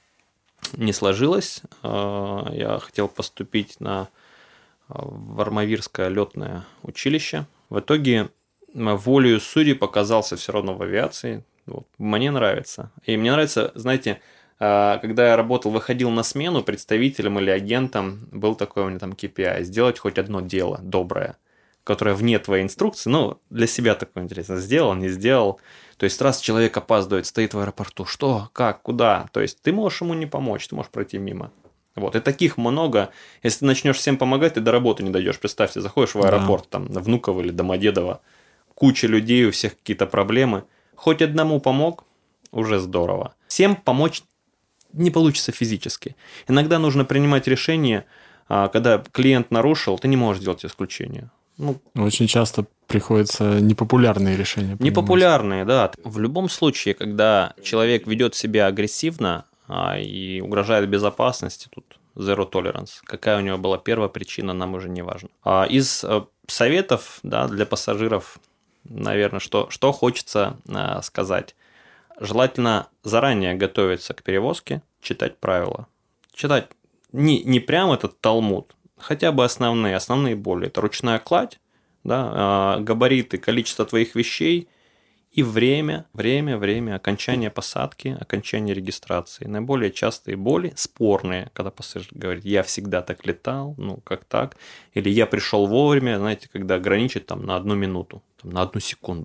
Я хотел поступить в Армавирское летное училище. В итоге волею судей показался все равно в авиации. Вот. Мне нравится. И мне нравится, знаете, когда я работал, выходил на смену представителем или агентом, был такой у меня там KPI, сделать хоть одно дело доброе, которое вне твоей инструкции, ну, для себя такое интересно, сделал, не сделал. То есть, раз человек опаздывает, стоит в аэропорту, что, как, куда, то есть, ты можешь ему не помочь, ты можешь пройти мимо. Вот, и таких много. Если ты начнешь всем помогать, ты до работы не дойдешь. Представьте, заходишь в аэропорт, там, Внуково или Домодедово, куча людей, у всех какие-то проблемы. Хоть одному помог, уже здорово. Всем помочь не получится физически. Иногда нужно принимать решение, когда клиент нарушил, ты не можешь сделать исключение.
Очень часто приходится непопулярные решения принимать.
Непопулярные, да. В любом случае, когда человек ведет себя агрессивно и угрожает безопасности, тут zero tolerance. Какая у него была первая причина, нам уже не важно. Из советов, да, для пассажиров, наверное, что хочется сказать. Желательно заранее готовиться к перевозке, читать правила. Читать не прям этот талмуд, хотя бы основные боли. Это ручная кладь, да, габариты, количество твоих вещей и время окончания посадки, окончания регистрации. Наиболее частые боли, спорные, когда пассажир говорит, я всегда так летал, ну как так, или я пришел вовремя, знаете, когда ограничить там на 1 минуту, там, на 1 секунду.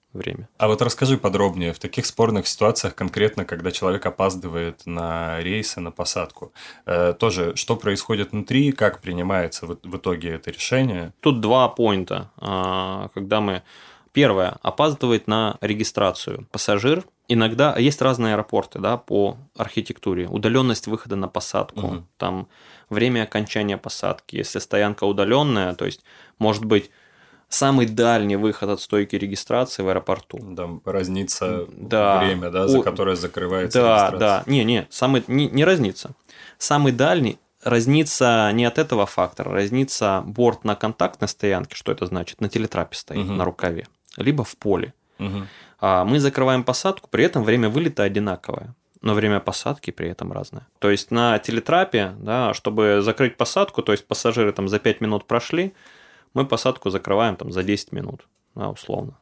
время.
А вот расскажи подробнее, в таких спорных ситуациях, конкретно, когда человек опаздывает на рейсы, на посадку, тоже что происходит внутри, как принимается в итоге это решение?
Тут 2 поинта. Когда мы... Первое, опаздывает на регистрацию пассажир. Иногда есть разные аэропорты, да, по архитектуре. Удаленность выхода на посадку, там время окончания посадки. Если стоянка удаленная, то есть может быть самый дальний выход от стойки регистрации в аэропорту.
Там разнится время, да, за которое закрывается
регистрация.
Да,
не разнится. Самый дальний разнится не от этого фактора, разнится борт на контактной стоянке, что это значит, на телетрапе стоит, на рукаве, либо в поле. Мы закрываем посадку, при этом время вылета одинаковое, но время посадки при этом разное. То есть на телетрапе, да, чтобы закрыть посадку, то есть пассажиры там за 5 минут прошли, мы посадку закрываем там за 10 минут, да, условно,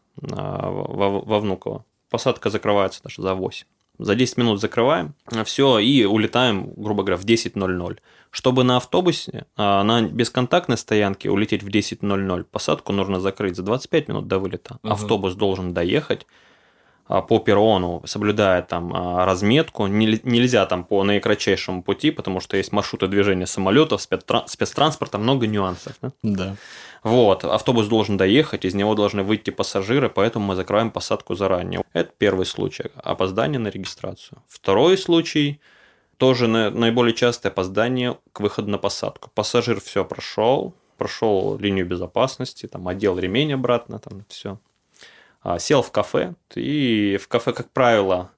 во Внуково. Посадка закрывается даже за 8. За 10 минут закрываем, все, и улетаем, грубо говоря, в 10:00. Чтобы на автобусе, на бесконтактной стоянке улететь в 10:00, посадку нужно закрыть за 25 минут до вылета. Автобус должен доехать по перрону, соблюдая там разметку. Нельзя там по наикратчайшему пути, потому что есть маршруты движения самолетов, спецтранспорта, много нюансов. Да?
Да.
Вот, автобус должен доехать, из него должны выйти пассажиры, поэтому мы закрываем посадку заранее. Это первый случай – опоздание на регистрацию. Второй случай – тоже наиболее частое опоздание к выходу на посадку. Пассажир все прошел линию безопасности, там, одел ремень обратно, там все. Сел в кафе, и в кафе, как правило,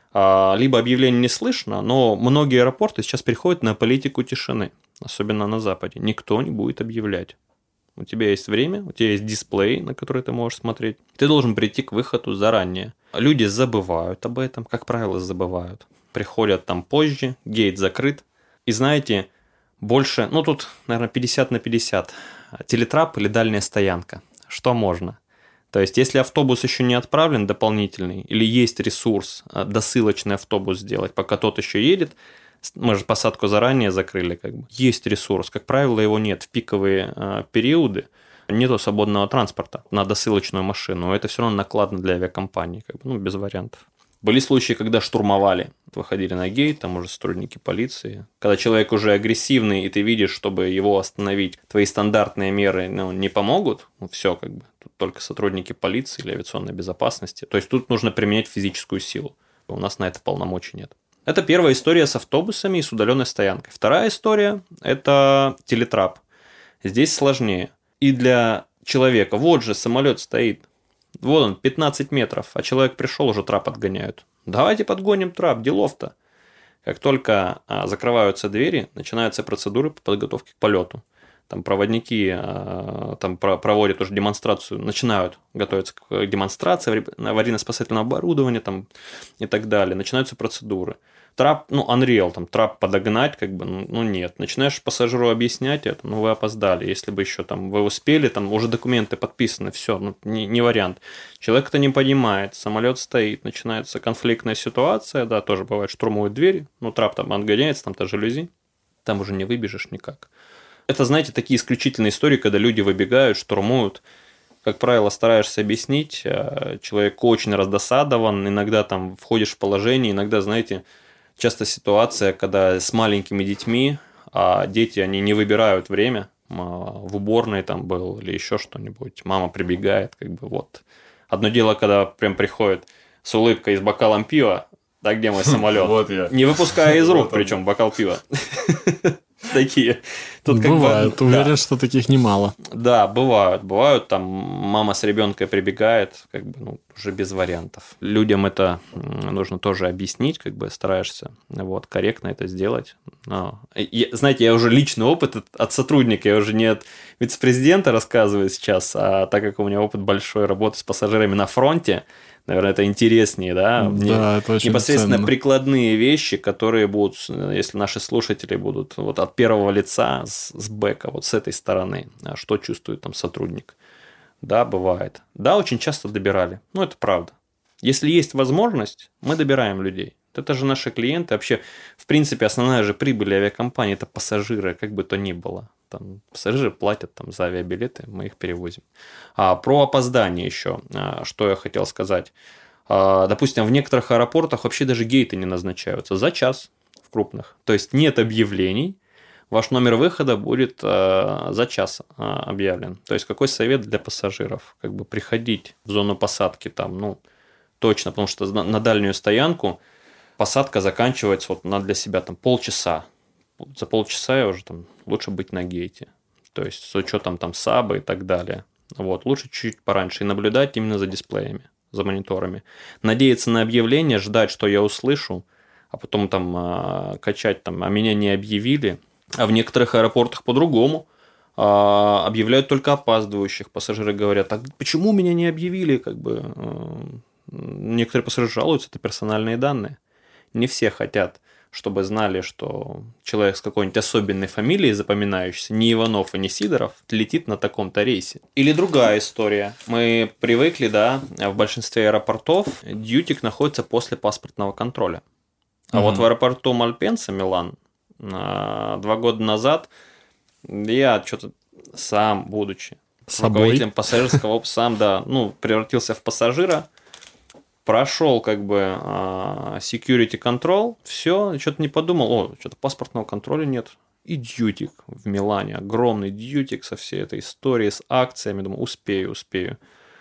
либо объявление не слышно, но многие аэропорты сейчас переходят на политику тишины, особенно на Западе. Никто не будет объявлять. У тебя есть время, у тебя есть дисплей, на который ты можешь смотреть. Ты должен прийти к выходу заранее. Люди забывают об этом, как правило, забывают. Приходят там позже, гейт закрыт. И знаете, больше, тут, наверное, 50/50. Телетрап или дальняя стоянка. Что можно? То есть, если автобус еще не отправлен дополнительный, или есть ресурс досылочный автобус сделать, пока тот еще едет, мы же посадку заранее закрыли, как бы. Есть ресурс, как правило, его нет в пиковые периоды, нету свободного транспорта на досылочную машину, это все равно накладно для авиакомпании, как бы, без вариантов. Были случаи, когда штурмовали, выходили на гейт, там уже сотрудники полиции. Когда человек уже агрессивный, и ты видишь, чтобы его остановить, твои стандартные меры не помогут, все, как бы, тут только сотрудники полиции или авиационной безопасности. То есть тут нужно применять физическую силу. У нас на это полномочий нет. Это первая история с автобусами и с удаленной стоянкой. Вторая история – это телетрап. Здесь сложнее. И для человека, вот же самолет стоит, вот он, 15 метров, а человек пришел, уже трап отгоняют. Давайте подгоним трап, делов-то. Как только закрываются двери, начинаются процедуры по подготовке к полету. Там проводники там проводят уже демонстрацию, начинают готовиться к демонстрации аварийно-спасательного оборудования там, и так далее. Начинаются процедуры. Трап, Unreal, там, трап подогнать, как бы, нет. Начинаешь пассажиру объяснять это, вы опоздали. Если бы еще там вы успели, там уже документы подписаны, все, не вариант. Человек это не понимает, самолет стоит, начинается конфликтная ситуация, да, тоже бывает, штурмуют двери, трап там отгоняется, там-то жалюзи, там уже не выбежишь никак. Это, знаете, такие исключительные истории, когда люди выбегают, штурмуют. Как правило, стараешься объяснить, человек очень раздосадован, иногда там входишь в положение, иногда, знаете, часто ситуация, когда с маленькими детьми, а дети, они не выбирают время, в уборной там был или еще что-нибудь, мама прибегает, как бы вот. Одно дело, когда прям приходит с улыбкой и с бокалом пива, да, где мой самолет?
Вот я.
Не выпуская из рук, причем бокал пива. Такие.
Тут бывает, уверен, что таких немало.
Да, бывают. Бывают, там мама с ребенком прибегает, как бы, уже без вариантов. Людям это нужно тоже объяснить, как бы стараешься корректно это сделать. Но, знаете, я уже личный опыт от сотрудника, я уже не от вице-президента рассказываю сейчас, а так как у меня опыт большой работы с пассажирами на фронте, наверное, это интереснее, да?
Да, это очень
непосредственно
ценно.
Прикладные вещи, которые будут, если наши слушатели будут от первого лица, с бэка, с этой стороны, что чувствует там сотрудник. Да, бывает. Да, очень часто добирали. Это правда. Если есть возможность, мы добираем людей. Это же наши клиенты. Вообще, в принципе, основная же прибыль авиакомпании – это пассажиры, как бы то ни было. Там пассажиры платят там за авиабилеты, мы их перевозим. Про опоздание еще, что я хотел сказать. Допустим, в некоторых аэропортах вообще даже гейты не назначаются за час в крупных. То есть нет объявлений, ваш номер выхода будет за час объявлен. То есть какой совет для пассажиров? Как бы приходить в зону посадки там, ну, точно, потому что на дальнюю стоянку посадка заканчивается вот на для себя там полчаса. За полчаса я уже там лучше быть на гейте. То есть с учетом там САБа и так далее. Вот, лучше чуть-чуть пораньше и наблюдать именно за дисплеями, за мониторами. Надеяться на объявление, ждать, что я услышу, а потом там качать там, а меня не объявили. А в некоторых аэропортах по-другому. Объявляют только опаздывающих. Пассажиры говорят, а почему меня не объявили? Как бы, некоторые пассажиры жалуются, это персональные данные. Не все хотят, чтобы знали, что человек с какой-нибудь особенной фамилией, запоминающейся, не Иванов и не Сидоров, летит на таком-то рейсе. Или другая история. Мы привыкли, да, в большинстве аэропортов дьютик находится после паспортного контроля. А вот в аэропорту Мальпенса, Милан, 2 года назад я что-то сам, будучи руководителем пассажирского, сам, да, ну, превратился в пассажира, прошел как бы security control, все, что-то не подумал, что-то паспортного контроля нет. И дьютик в Милане, огромный дьютик со всей этой историей, с акциями, думаю, успею.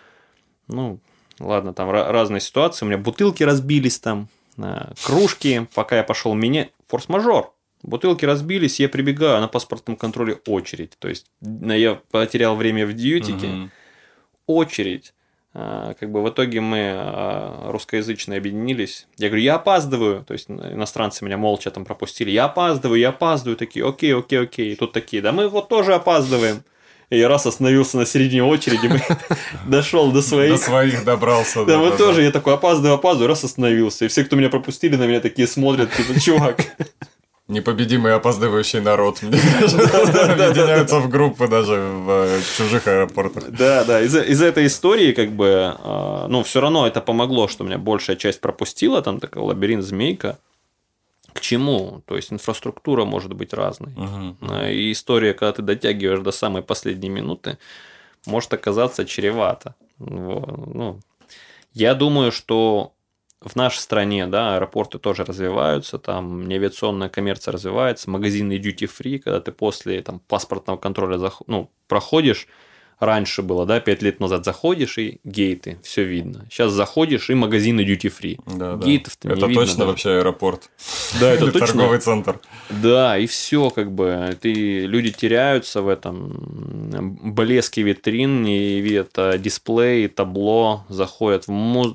Ну, ладно, там разные ситуации, у меня бутылки разбились там, кружки, пока я пошел менять, форс-мажор. Бутылки разбились, я прибегаю, на паспортном контроле очередь. То есть я потерял время в дьютике, очередь. Как бы в итоге мы русскоязычные объединились. Я говорю, я опаздываю. То есть иностранцы меня молча там пропустили. Я опаздываю. Такие, окей. И тут такие, да мы вот тоже опаздываем. И я раз остановился на середине очереди, дошел до своих.
До своих добрался.
Да, мы тоже, я такой опаздываю, раз остановился. И все, кто меня пропустили, на меня такие смотрят, типа, чувак.
Непобедимый опаздывающий народ, мне кажется, объединяются в группы даже в чужих аэропортах.
Да, из этой истории, как бы, ну, все равно это помогло, что меня большая часть пропустила, там такой лабиринт-змейка. К чему? То есть инфраструктура может быть разной. И история, когда ты дотягиваешь до самой последней минуты, может оказаться чревато. Вот. Ну, я думаю, что в нашей стране, да, аэропорты тоже развиваются, там неавиационная коммерция развивается, магазины duty-free, когда ты после там, паспортного контроля проходишь, раньше было, да, 5 лет назад заходишь и гейты, все видно. Сейчас заходишь и магазины duty-free.
Да,
гейтов-то не
это
видно.
Это точно даже. Вообще аэропорт.
Да, это точно.
Торговый центр.
Да, и все, как бы, люди теряются в этом блеске витрин, не видят дисплей, табло, заходят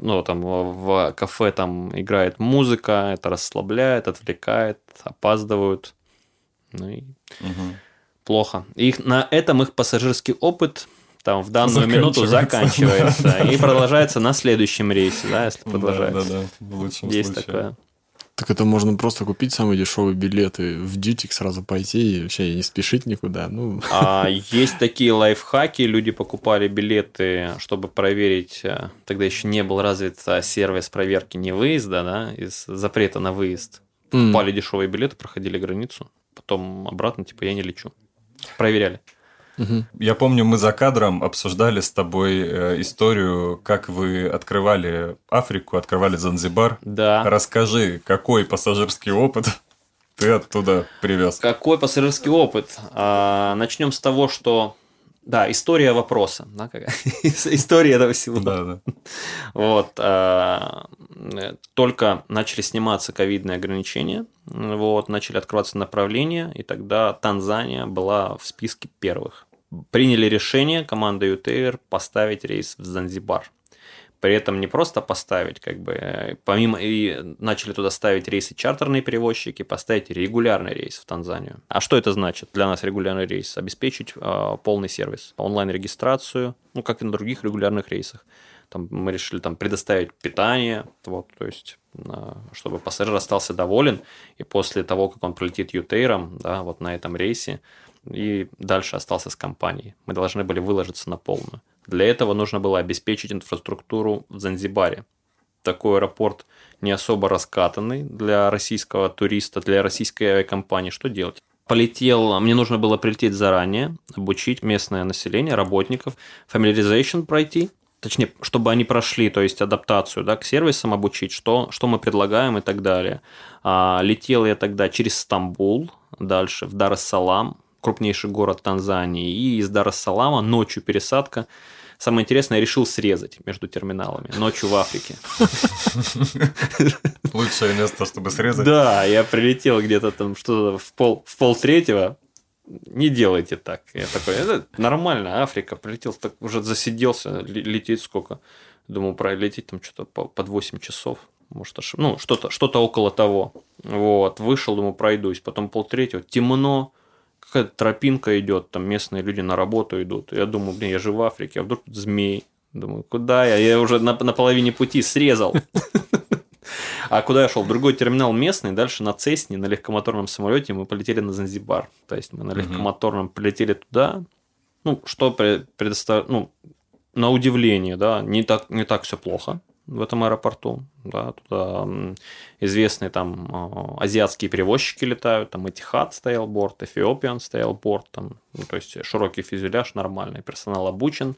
в кафе, там играет музыка, это расслабляет, отвлекает, опаздывают. Ну и плохо. На этом их пассажирский опыт там в данную минуту заканчивается и продолжается на следующем рейсе, да, если продолжается.
Да, в лучшем
есть
случае.
Такое.
Так это можно просто купить самые дешевые билеты в дьютик, сразу пойти и вообще не спешить никуда. Ну.
Есть такие лайфхаки, люди покупали билеты, чтобы проверить, тогда еще не был развит сервис проверки невыезда, да, из запрета на выезд. Покупали дешевые билеты, проходили границу, потом обратно, типа, я не лечу. Проверяли.
Я помню, мы за кадром обсуждали с тобой историю, как вы открывали Африку, открывали Занзибар.
Да.
Расскажи, какой пассажирский опыт ты оттуда привез?
Какой пассажирский опыт? Начнем с того, что... Да, история вопроса. Да, история этого всего.
Да.
Вот. Только начали сниматься ковидные ограничения, вот, начали открываться направления, и тогда Танзания была в списке первых. Приняли решение, команда ЮТР, поставить рейс в Занзибар. При этом не просто поставить, как бы, помимо и начали туда ставить рейсы чартерные перевозчики, поставить регулярный рейс в Танзанию. А что это значит для нас регулярный рейс? Обеспечить полный сервис, онлайн-регистрацию, ну, как и на других регулярных рейсах. Там мы решили там предоставить питание, вот, то есть, чтобы пассажир остался доволен, и после того, как он пролетит ЮТРом, да, вот на этом рейсе, и дальше остался с компанией. Мы должны были выложиться на полную. Для этого нужно было обеспечить инфраструктуру в Занзибаре. Такой аэропорт не особо раскатанный для российского туриста, для российской авиакомпании. Что делать? Мне нужно было прилететь заранее, обучить местное население, работников, familiarization пройти, точнее, чтобы они прошли, то есть адаптацию, да, к сервисам обучить, что мы предлагаем и так далее. Летел я тогда через Стамбул, дальше в Дар-эс-Салам, крупнейший город Танзании, и из Дар-эс-Салама ночью пересадка. Самое интересное, я решил срезать между терминалами ночью в Африке.
Лучшее место, чтобы срезать.
Да, я прилетел где-то там что-то в полтретьего. Не делайте так. Я такой, это нормально, Африка. Прилетел, так уже засиделся, лететь сколько. Думал, пролететь там что-то под 8 часов. Может, что-то около того. Вот, вышел, думаю, пройдусь. Потом полтретьего, темно. Какая-то тропинка идет, там местные люди на работу идут. Я думаю, я же в Африке, а вдруг тут змей? Думаю, куда я? Я уже на половине пути срезал. А куда я шел? В другой терминал местный, дальше на Цесне, на легкомоторном самолете мы полетели на Занзибар. То есть мы на легкомоторном полетели туда. Что предоставляет, на удивление, да, не так все плохо в этом аэропорту. Да, туда известные там азиатские перевозчики летают, там Этихад стоял борт, Ethiopian стоял борт, там, то есть широкий фюзеляж, нормальный, персонал обучен,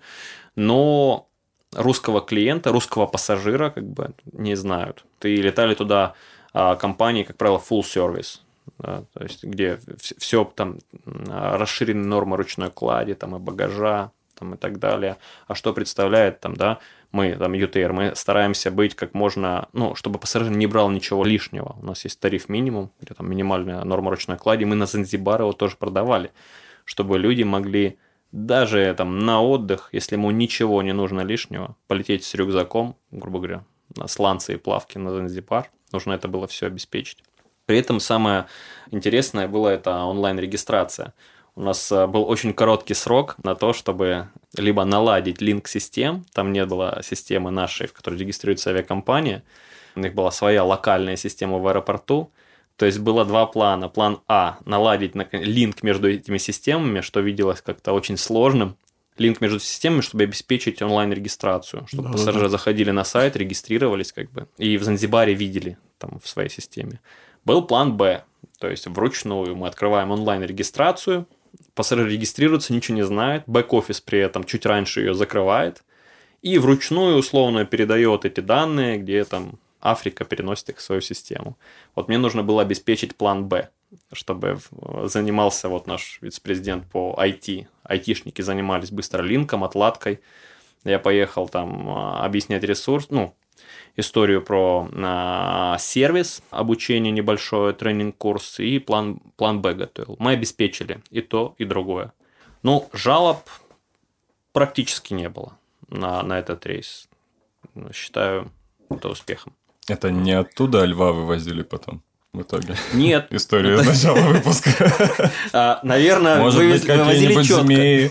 но русского клиента, русского пассажира как бы не знают. Летали туда компании, как правило, full service, да, то есть где все там расширенные нормы ручной клади, там и багажа, там и так далее. А что представляет там, да, мы, там, ЮТР, мы стараемся быть как можно, чтобы пассажир не брал ничего лишнего. У нас есть тариф минимум, где там минимальная норма ручной клади. Мы на Занзибар его тоже продавали, чтобы люди могли даже там на отдых, если ему ничего не нужно лишнего, полететь с рюкзаком, грубо говоря, на сланцы и плавки на Занзибар. Нужно это было все обеспечить. При этом самое интересное было это онлайн-регистрация. У нас был очень короткий срок на то, чтобы либо наладить линк систем, там не было системы нашей, в которой регистрируется авиакомпания, у них была своя локальная система в аэропорту, то есть было два плана. План А – наладить линк между этими системами, что виделось как-то очень сложным, линк между системами, чтобы обеспечить онлайн-регистрацию, чтобы пассажиры заходили на сайт, регистрировались как бы, и в Занзибаре видели там в своей системе. Был план Б, то есть вручную мы открываем онлайн-регистрацию, пассажир регистрируется, ничего не знает, бэк-офис при этом чуть раньше ее закрывает и вручную условно передает эти данные, где там Африка переносит их в свою систему. Вот мне нужно было обеспечить план Б, чтобы занимался вот наш вице-президент по IT. Айтишники занимались быстро линком, отладкой. Я поехал там объяснять ресурс, историю про сервис, обучение небольшое, тренинг-курс и план Б готовил. Мы обеспечили и то, и другое. Жалоб практически не было на этот рейс. Считаю это успехом.
Это не оттуда льва вывозили потом? В итоге.
Нет.
Историю из начала выпуска.
Наверное,
может быть, какие-нибудь змеи.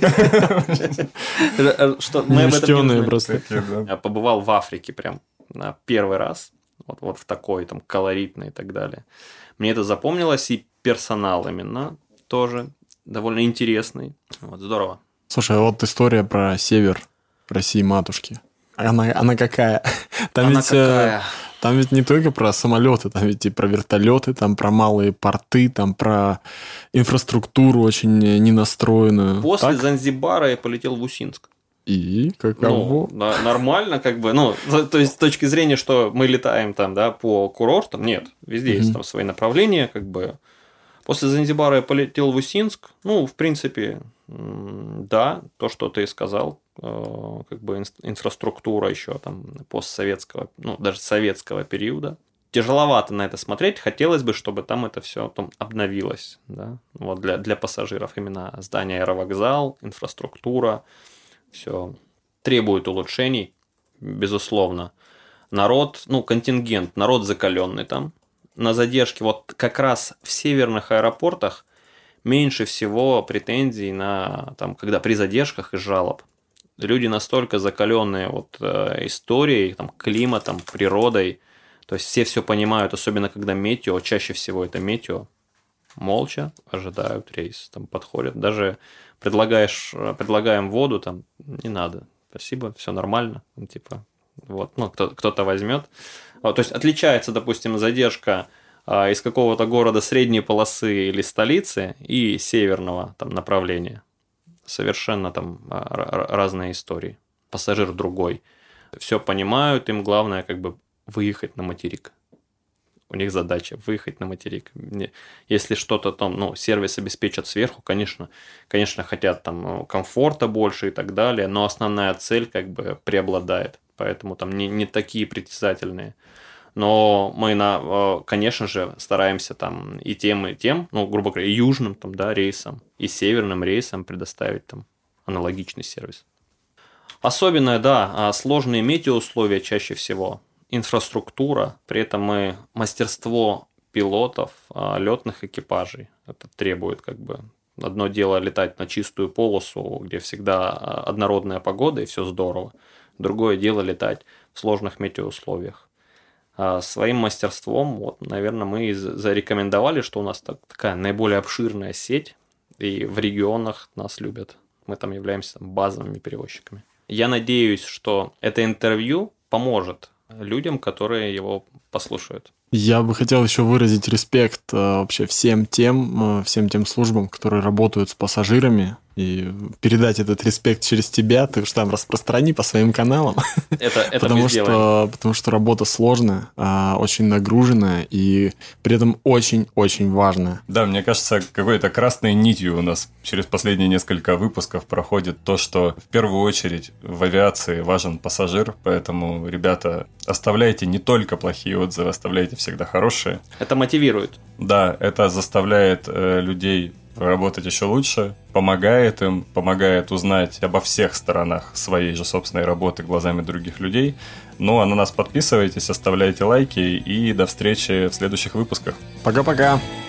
Мы об этом не знаем. Я побывал в Африке прям на первый раз. Вот в такой там колоритной и так далее. Мне это запомнилось, и персонал именно тоже довольно интересный. Вот, здорово.
Слушай, вот история про север России-матушки. Она какая? Там ведь не только про самолеты, там ведь и про вертолеты, там про малые порты, там про инфраструктуру очень ненастроенную.
После Занзибара я полетел в Усинск.
И каково?
Нормально, как бы, то есть с точки зрения, что мы летаем там, да, по курортам, нет, везде есть там свои направления, как бы. После Занзибара я полетел в Усинск, в принципе, да, то, что ты сказал, как бы инфраструктура еще там постсоветского, даже советского периода. Тяжеловато на это смотреть, хотелось бы, чтобы там это все там обновилось, да, вот для пассажиров именно здание аэровокзал, инфраструктура, все требует улучшений, безусловно. Народ, контингент, народ закаленный там. На задержке, вот как раз в северных аэропортах меньше всего претензий на, там, когда при задержках и жалоб. Люди настолько закаленные историей, там, климатом, природой, то есть все понимают, особенно когда метео, чаще всего это метео, молча ожидают рейс, там подходят, даже предлагаем воду, там, не надо, спасибо, все нормально, типа, вот, кто-то возьмет. То есть отличается, допустим, задержка из какого-то города средней полосы или столицы и северного там направления. Совершенно там разные истории. Пассажир другой. Все понимают, им главное как бы выехать на материк. У них задача выехать на материк. Если что-то там, сервис обеспечат сверху, конечно, хотят там комфорта больше и так далее, но основная цель как бы преобладает. Поэтому там не такие притязательные. Но мы, конечно же, стараемся там и тем, грубо говоря, и южным там, да, рейсам, и северным рейсам предоставить там аналогичный сервис. Особенно, да, сложные метеоусловия чаще всего, инфраструктура, при этом мастерство пилотов, летных экипажей. Это требует как бы одно дело летать на чистую полосу, где всегда однородная погода и все здорово. Другое дело летать в сложных метеоусловиях. Своим мастерством, наверное, мы и зарекомендовали, что у нас такая наиболее обширная сеть, и в регионах нас любят. Мы там являемся базовыми перевозчиками. Я надеюсь, что это интервью поможет людям, которые его послушают.
Я бы хотел еще выразить респект вообще всем тем службам, которые работают с пассажирами, и передать этот респект через тебя. Ты уж там распространи по своим каналам.
Это
потому что работа сложная, очень нагруженная и при этом очень-очень важная.
Да, мне кажется, какой-то красной нитью у нас через последние несколько выпусков проходит то, что в первую очередь в авиации важен пассажир, поэтому, ребята, оставляйте не только плохие отзывы, оставляйте всегда хорошие.
Это мотивирует.
Да, это заставляет людей работать еще лучше, помогает им, помогает узнать обо всех сторонах своей же собственной работы глазами других людей. Ну, а на нас подписывайтесь, оставляйте лайки и до встречи в следующих выпусках.
Пока-пока!